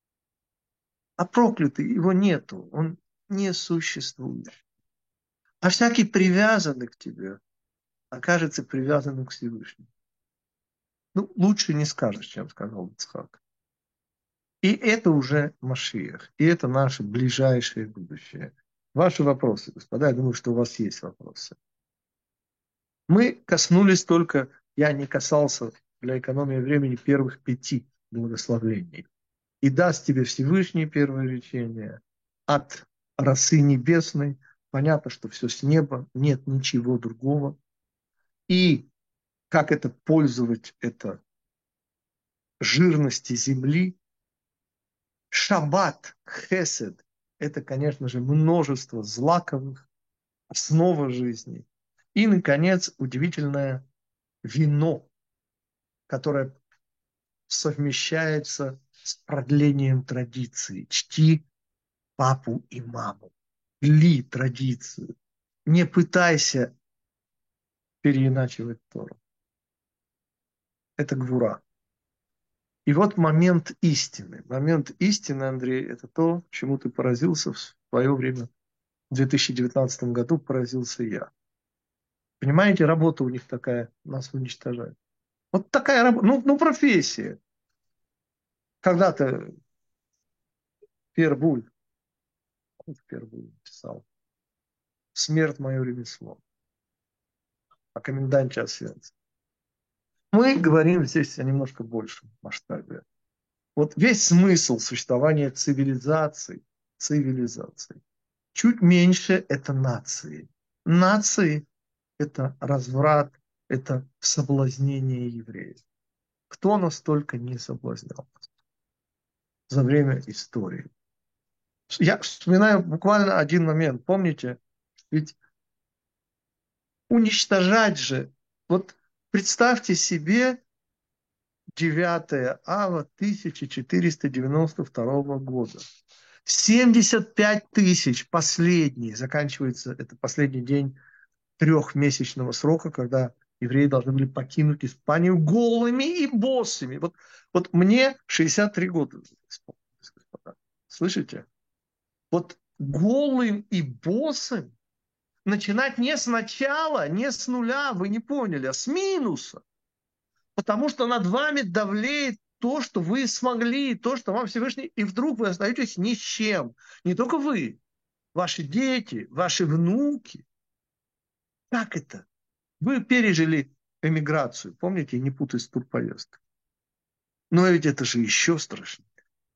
А проклятый его нету, он не существует. А всякий привязанный к тебе окажется привязанным к Всевышнему. Ну, лучше не скажешь, чем сказал Ицхак. И это уже Машиах. И это наше ближайшее будущее. Ваши вопросы, господа, я думаю, что у вас есть вопросы. Мы коснулись только, я не касался для экономии времени первых пяти благословлений. И даст тебе Всевышний первое речение от росы небесной. Понятно, что все с неба, нет ничего другого. И как это пользовать, это жирности земли. Шаббат, хесед, это, конечно же, множество злаковых, основа жизни. И, наконец, удивительное вино, которое совмещается с продлением традиции. Чти папу и маму. Ли традицию. Не пытайся переиначивать Тору. Это гвура. И вот момент истины. Момент истины, Андрей, это то, чему ты поразился в свое время. В две тысячи девятнадцатом году поразился я. Понимаете, работа у них такая, нас уничтожает. Вот такая работа, ну, ну профессия. Когда-то Пьер Буль, Пьер Буль писал, смерть мое ремесло. О коменданте Освенцима. Мы говорим здесь о немножко большем масштабе. Вот весь смысл существования цивилизаций, цивилизаций, чуть меньше это нации. Нации – это разврат, это соблазнение евреев. Кто настолько не соблазнял за время истории? Я вспоминаю буквально один момент. Помните, ведь уничтожать же, вот представьте себе девятое ава тысяча четыреста девяносто второго года. семьдесят пять тысяч, последний, заканчивается, это последний день трехмесячного срока, когда евреи должны были покинуть Испанию голыми и босыми. Вот, вот мне шестьдесят три года исполнилось, господа. Слышите? Вот голым и босым начинать не сначала, не с нуля, вы не поняли, а с минуса. Потому что над вами давлеет то, что вы смогли, то, что вам Всевышний, и вдруг вы остаетесь ни с чем. Не только вы, ваши дети, ваши внуки. Как это? Вы пережили эмиграцию, помните, не путай с турпоездкой. Но ведь это же еще страшнее.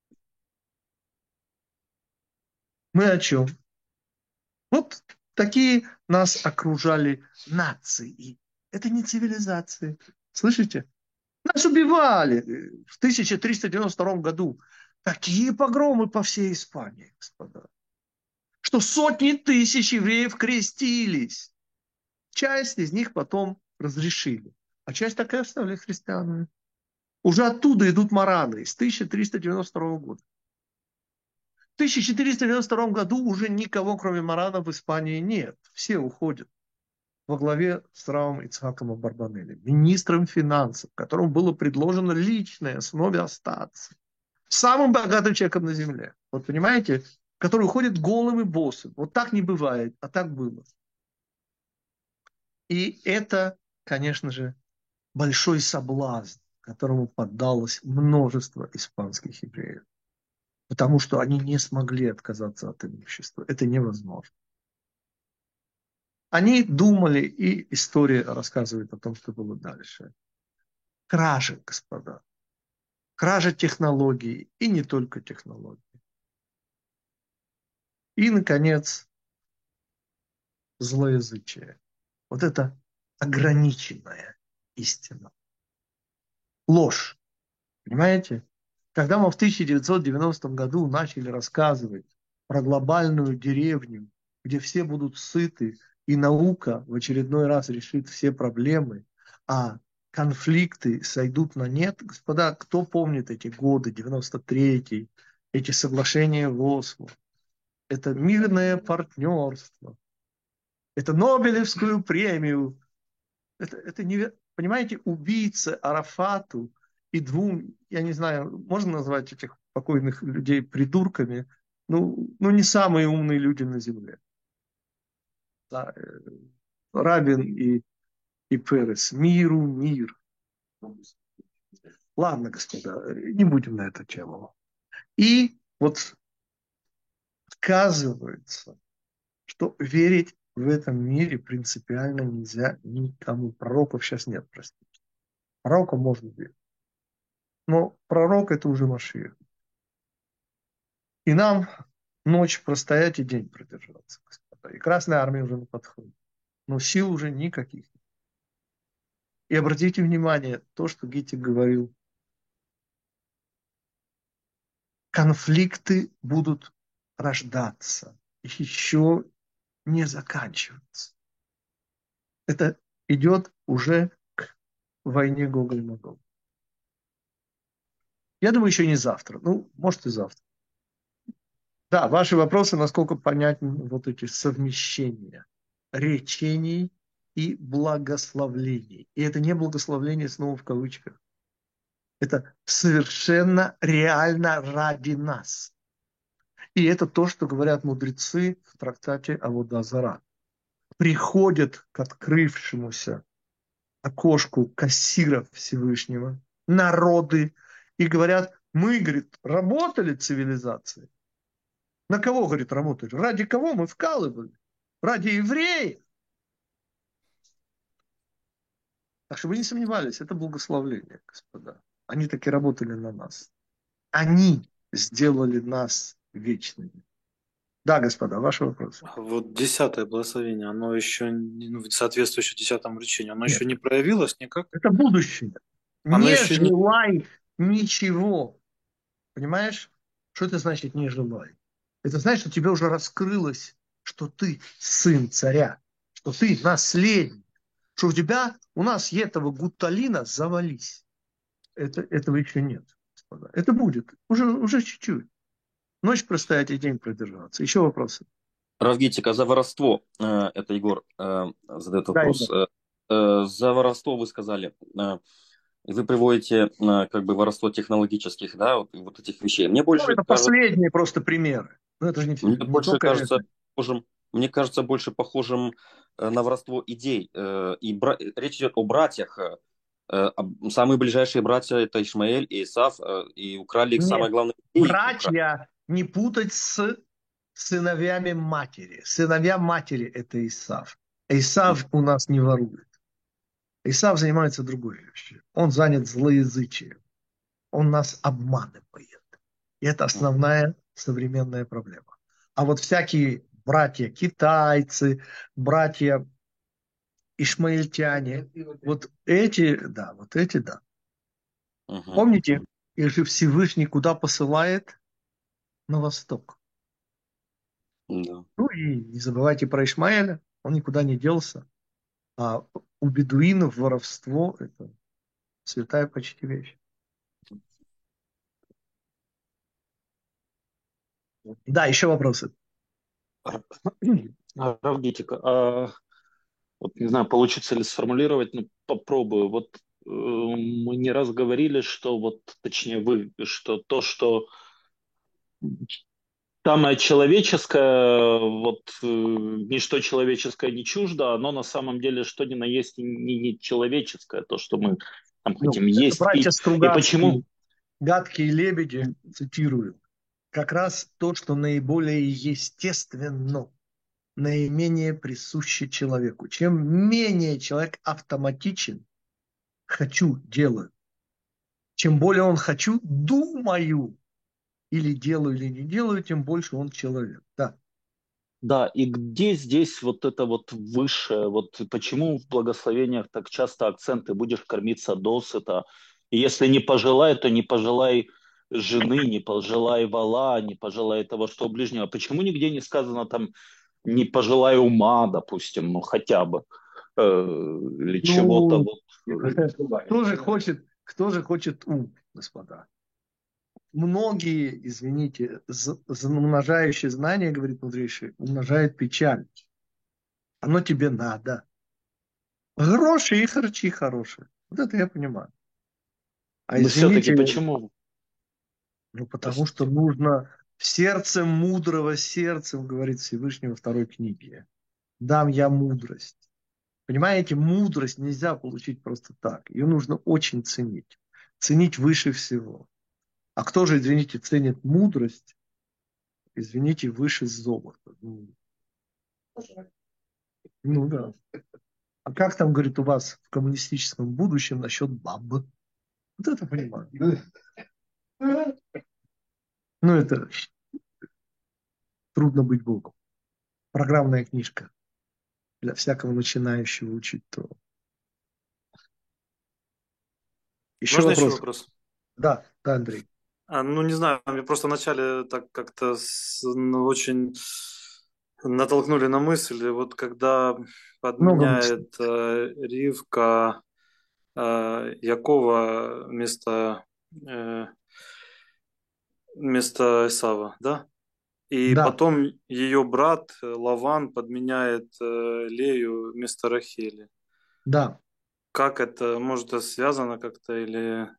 Мы о чем? Вот такие нас окружали нации. Это не цивилизации. Слышите? Нас убивали в тысяча триста девяносто втором году. Такие погромы по всей Испании, господа. Что сотни тысяч евреев крестились. Часть из них потом разрешили. А часть так и оставили христианами. Уже оттуда идут мараны с тысяча триста девяносто второго года. В тысяча четыреста девяносто втором году уже никого, кроме маранов, в Испании нет. Все уходят. во главе с Равом Ицхаком Абарбанелем, министром финансов, которому было предложено личной основе остаться самым богатым человеком на земле. Вот понимаете, который уходит голым и босым. Вот так не бывает, а так было. И это, конечно же, большой соблазн, которому поддалось множество испанских евреев. Потому что они не смогли отказаться от имущества. Это невозможно. Они думали, и история рассказывает о том, что было дальше. Кражи, господа. Кража технологий, и не только технологий. И, наконец, злоязычие. Вот это ограниченная истина. Ложь. Понимаете? Когда мы в тысяча девятьсот девяностом году начали рассказывать про глобальную деревню, где все будут сыты, и наука в очередной раз решит все проблемы, а конфликты сойдут на нет. Господа, кто помнит эти годы, девяносто третий, эти соглашения в Осло? Это мирное партнерство. Это Нобелевскую премию. Это, это не, понимаете, убийце Арафату и двум, я не знаю, можно назвать этих покойных людей придурками, ну, ну не самые умные люди на земле. Да, э, Рабин и, и Перес. Миру мир. Ладно, господа, не будем на эту тему. И вот оказывается, что верить в этом мире принципиально нельзя никому. Пророков сейчас нет, простите. Пророкам можно верить. Но пророк это уже Машиах. И нам ночь простоять и день продержаться, господа. И Красная Армия уже на подходе. Но сил уже никаких. И обратите внимание, то, что Гити говорил. Конфликты будут рождаться. Еще не заканчиваться. Это идет уже к войне Гога и Магога. Я думаю, еще не завтра. Ну, может и завтра. Да, ваши вопросы, насколько понятны вот эти совмещения речений и благословлений. И это не благословление снова в кавычках. Это совершенно реально ради нас. И это то, что говорят мудрецы в трактате Авода Зара. Приходят к открывшемуся окошку кассиров Всевышнего народы и говорят, мы, говорит, работали цивилизацией. На кого, говорит, работали? Ради кого мы вкалывали? Ради евреев. Так что вы не сомневались, это благословление, господа. Они таки работали на нас. Они сделали нас вечными. Да, господа, ваш вопрос. А вот десятое благословение, оно еще, не- ну, соответствующее десятому речению, оно Нет, еще не проявилось никак? это будущее. Оно Не еще не... желай ничего. Понимаешь? Что это значит не желай? Это значит, что тебе уже раскрылось, что ты сын царя, что ты наследник, что у тебя, у нас этого гуталина завались. Это, этого еще нет, господа. Это будет. Уже, уже чуть-чуть. Ночь простоять и день продержаться. Еще вопросы? Равгитик, а за воровство, э, это Егор э, задает Да, вопрос. Игорь. Э, э, за воровство вы сказали, э, вы приводите э, как бы воровство технологических, да, вот, вот этих вещей. Мне Ну, больше это кажется, последние просто примеры. Ну, это же не, мне не больше только кажется это. похожим, мне кажется больше похожим э, на воровство идей. Э, и бра- речь идет о братьях. Э, э, самые ближайшие братья это Ишмаэль и Исав, э, и украли их Нет. самое главное идеи. Украли. Братья не путать с сыновьями матери. Сыновья матери – это Исав. Исав у нас не ворует. Исав занимается другой вещью. Он занят злоязычием. Он нас обманывает. И это основная современная проблема. А вот всякие братья китайцы, братья ишмаильтяне, вот эти, да, вот эти, да. Мгм. Помните, их же Всевышний куда посылает? На восток. Да. Ну и не забывайте про Ишмаэля, он никуда не делся. А у бедуинов воровство – это святая почти вещь. Да, еще вопросы. Равгитик, а вот не знаю, получится ли сформулировать, но попробую. Вот э, мы не раз говорили, что вот, точнее вы, что то, что самое человеческое, вот э, ничто человеческое не чуждо, оно на самом деле что ни на есть и не, не человеческое, то, что мы там Ну, хотим есть, братья пить. И Стругацкие, почему? гадкие лебеди, цитирую, как раз то, что наиболее естественно, наименее присуще человеку. Чем менее человек автоматичен, хочу, делаю. Чем более он хочу, думаю, или делаю, или не делаю, тем больше он человек. Да. Да, и где здесь вот это вот высшее, вот почему в благословениях так часто акценты «будешь кормиться досыта», и если не пожелай, то не пожелай жены, не пожелай вала, не пожелай того, что у ближнего. Почему нигде не сказано там «не пожелай ума», допустим, ну хотя бы, э, или чего-то Ну, вот. кто же хочет, кто же хочет ум, господа? Многие, извините, за, за умножающее знание, говорит мудрейший, умножает печаль. Оно тебе надо. Гроши и харчи хорошие. Вот это я понимаю. А Но все-таки извините, почему? ну потому что Простите. нужно в сердце мудрого сердцем, говорит Всевышний во второй книге. Дам я мудрость. Понимаете, мудрость нельзя получить просто так. Ее нужно очень ценить. Ценить выше всего. А кто же, извините, ценит мудрость, извините, выше золота? Ну, ну да. А как там, говорит, у вас в коммунистическом будущем насчет баб? Вот это понимаю. Ну, это трудно быть Богом. Программная книжка для всякого начинающего учить то. Еще Можно еще вопрос? вопрос? Да, да, Андрей. А, ну, не знаю, мне просто вначале так как-то с- ну, очень натолкнули на мысль, и вот когда Много мыслей. подменяет э, Ривка э, Якова вместо, э, вместо Исава, да? И Да, потом ее брат э, Лаван подменяет э, Лею вместо Рахели. да. Как это, может, это связано как-то, или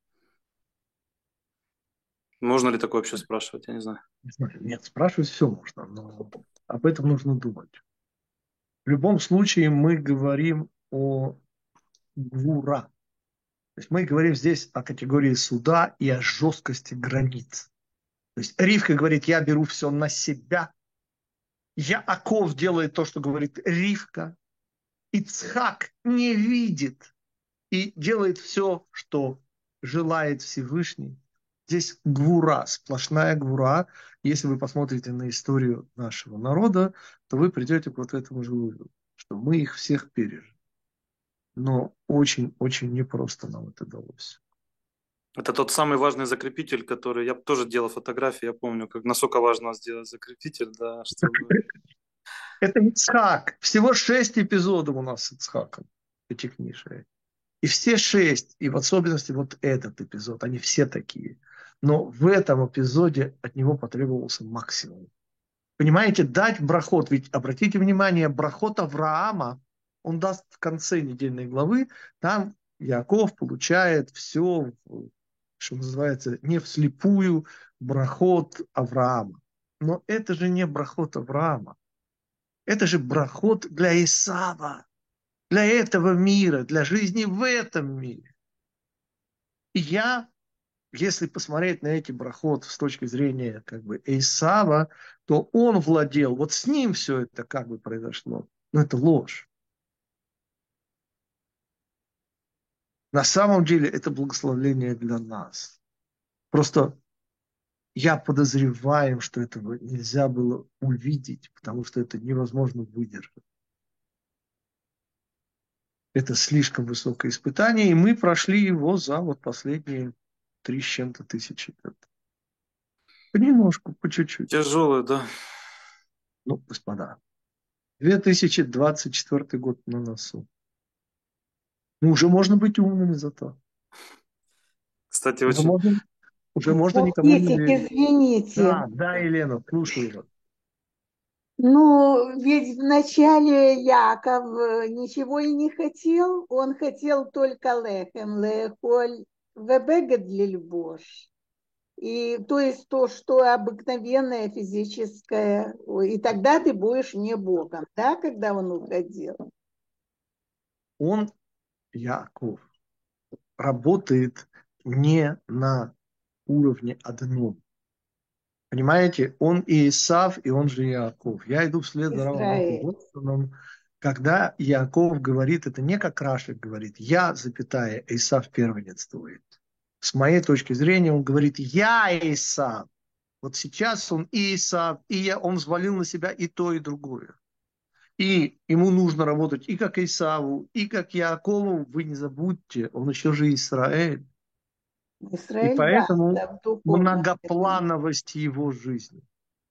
можно ли такое вообще спрашивать, я не знаю. Не знаю, нет, спрашивать все можно, но об этом нужно думать. В любом случае мы говорим о гвура. То есть мы говорим здесь о категории суда и о жесткости границ. То есть Ривка говорит, я беру все на себя. Яаков делает то, что говорит Ривка. Ицхак не видит и делает все, что желает Всевышний. Здесь гвура, сплошная гвура. Если вы посмотрите на историю нашего народа, то вы придете к вот этому же выводу, что мы их всех пережили. Но очень-очень непросто нам это далось. Это тот самый важный закрепитель, который я тоже делал фотографии, я помню, как насколько важно сделать закрепитель, да, чтобы... Это Ицхак. Всего шесть эпизодов у нас с Ицхаком, эти книжки. И все шесть, и в особенности вот этот эпизод, они все такие. Но в этом эпизоде от него потребовался максимум. Понимаете, дать брахот, ведь обратите внимание, брахот Авраама, он даст в конце недельной главы, там Яков получает все, что называется, не вслепую брахот Авраама. Но это же не брахот Авраама, это же брахот для Исава, для этого мира, для жизни в этом мире. И я, если посмотреть на эти брахот с точки зрения как бы Исава, то он владел, вот с ним все это как бы произошло. Но это ложь. На самом деле это благословение для нас. Просто я подозреваю, что этого нельзя было увидеть, потому что это невозможно выдержать. Это слишком высокое испытание, и мы прошли его за вот последние три с чем-то тысячи лет. Понемножку, по чуть-чуть. Тяжелый, да. Ну, господа, две тысячи двадцать четвёртый год на носу. Ну, уже можно быть умными зато. Кстати, Уже очень... можно, уже можно никому не Простите, верить. извините. Да, да, Елена, слушаю вас. Ну, ведь вначале Яков э, ничего и не хотел. Он хотел только лехем, лехоль, вебегед лильбош. И то есть то, что обыкновенное физическое. Ой, и тогда ты будешь не Богом, да, когда он уходил? Он, Яков, работает не на уровне одном. Понимаете, он и Исав, и он же Иаков. Я иду вслед за Равом Израиль. Уотсоном. Когда Иаков говорит, это не как Рашид говорит, я, запятая, Исав первенствует. С моей точки зрения, он говорит, я Исав. Вот сейчас он и Исав, и я, он взвалил на себя и то, и другое. И ему нужно работать и как Исаву, и как Яакову. Вы не забудьте, он еще же Израиль. И Израиль, да, поэтому да, в духовном плане. многоплановость его жизни.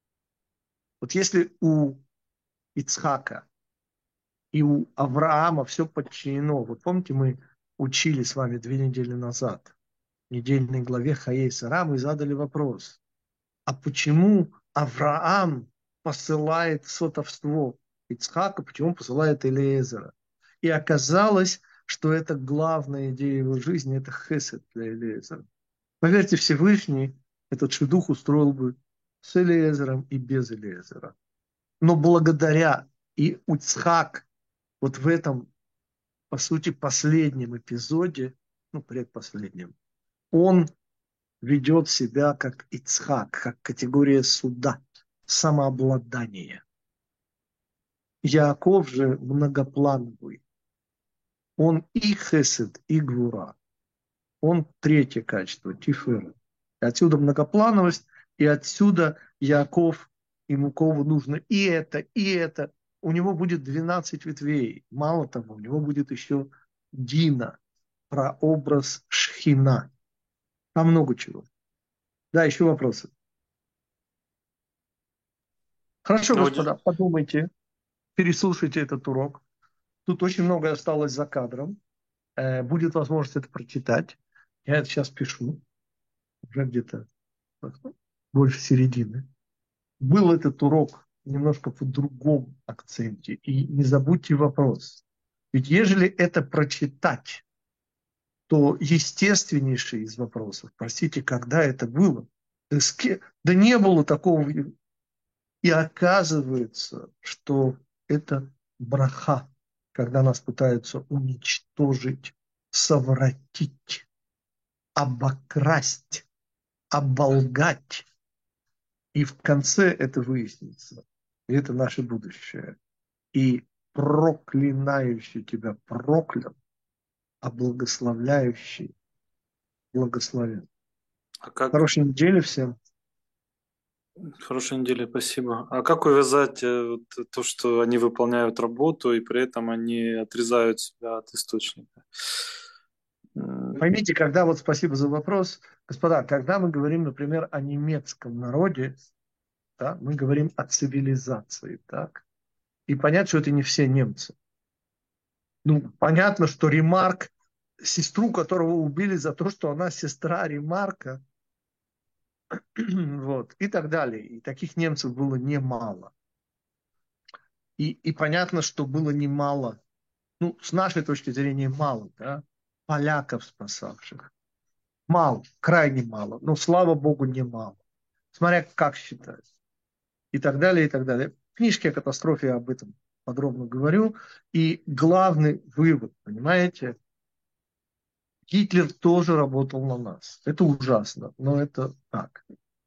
Вот если у Ицхака и у Авраама все подчинено, вот помните, мы учили с вами две недели назад, в недельной главе Хаей Сара, мы задали вопрос, а почему Авраам посылает сватовство Ицхака, почему он посылает Элиезера? И оказалось, что это главная идея его жизни, это хесед для Элиезера. Поверьте, Всевышний этот шедух устроил бы с Элиезером и без Элиезера. Но благодаря и Ицхак вот в этом, по сути, последнем эпизоде, ну, предпоследнем, он ведет себя как Ицхак, как категория суда, самообладания. Яаков же многоплановый. Он и хесед, и гвура. Он третье качество, тифера. Отсюда многоплановость, и отсюда Яаков, ему Кову нужно и это, и это. У него будет двенадцать ветвей. Мало того, у него будет еще Дина, прообраз Шхина. Там много чего. Да, еще вопросы. Хорошо, Ну, господа, подумайте, переслушайте этот урок. Тут очень многое осталось за кадром. Э, Будет возможность это прочитать. Я это сейчас пишу. Уже где-то больше середины. Был этот урок немножко в другом акценте. И не забудьте вопрос. Ведь ежели это прочитать, то естественнейший из вопросов, простите, когда это было? Да, с ке- да не было такого. И оказывается, что это браха, когда нас пытаются уничтожить, совратить, обокрасть, оболгать. И в конце это выяснится. И это наше будущее. И проклинающий тебя проклял, а благословляющий благословен. а как... Хорошей недели всем. Хорошей недели, спасибо. А как увязать э, вот то, что они выполняют работу, и при этом они отрезают себя от источника? М, Поймите, когда, вот спасибо за вопрос, господа, когда мы говорим, например, о немецком народе, да, мы говорим о цивилизации, так? И понятно, что это не все немцы. Ну, понятно, что Ремарк, сестру которого убили за то, что она сестра Ремарка, вот, и так далее. И таких немцев было немало. И, и понятно, что было немало, ну, с нашей точки зрения, мало, да, поляков спасавших. Мало, крайне мало. Но, слава Богу, немало. Смотря как считать. И так далее, и так далее. В книжке о катастрофе я об этом подробно говорю. И главный вывод, понимаете, Гитлер тоже работал на нас. Это ужасно, но это так.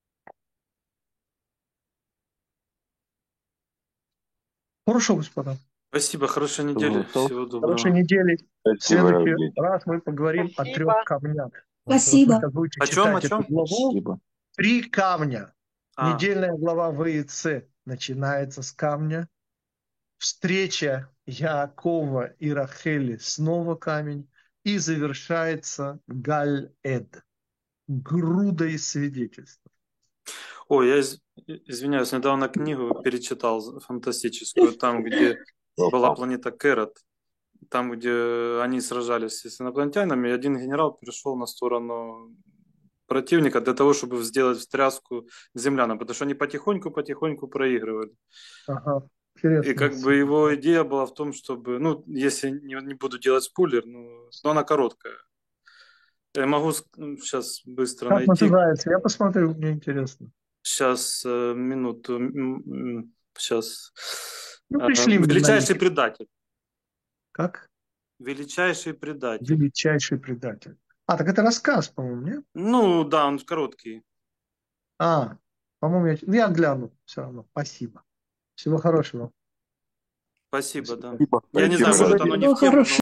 Хорошо, господа. Спасибо, хорошей недели, Готов. всего Хорошей доброго. недели. В Спасибо, следующий Равгель. раз мы поговорим о трех камнях. Спасибо. Вы сейчас будете О чем, о читать эту чем? главу. Спасибо. Три камня. А, Недельная глава ВИЦ начинается с камня. Встреча Яакова и Рахели снова камень. И завершается Галь-Эд. Грудой свидетельств. ой, я из- извиняюсь, недавно книгу перечитал фантастическую, там, где была планета Керат, там, где они сражались с инопланетянами, и один генерал перешел на сторону противника для того, чтобы сделать встряску землянам, потому что они потихоньку-потихоньку проигрывали. Ага. И Интересная как бы схема. его идея была в том, чтобы, ну, если не, не буду делать спойлер, ну, но она короткая. Я могу сейчас быстро Как найти. называется? Я посмотрю, мне интересно. Сейчас, э, минуту. Сейчас. Ну, пришли мне на Величайший линк. предатель. Как? Величайший предатель. Величайший предатель. А, так это рассказ, по-моему, нет? Ну, да, он короткий. А, по-моему, я, ну, я гляну все равно. Спасибо. Всего хорошего. Спасибо, да. Спасибо. Я не Спасибо. знаю, может, оно не Ну, в тему, но хорошо.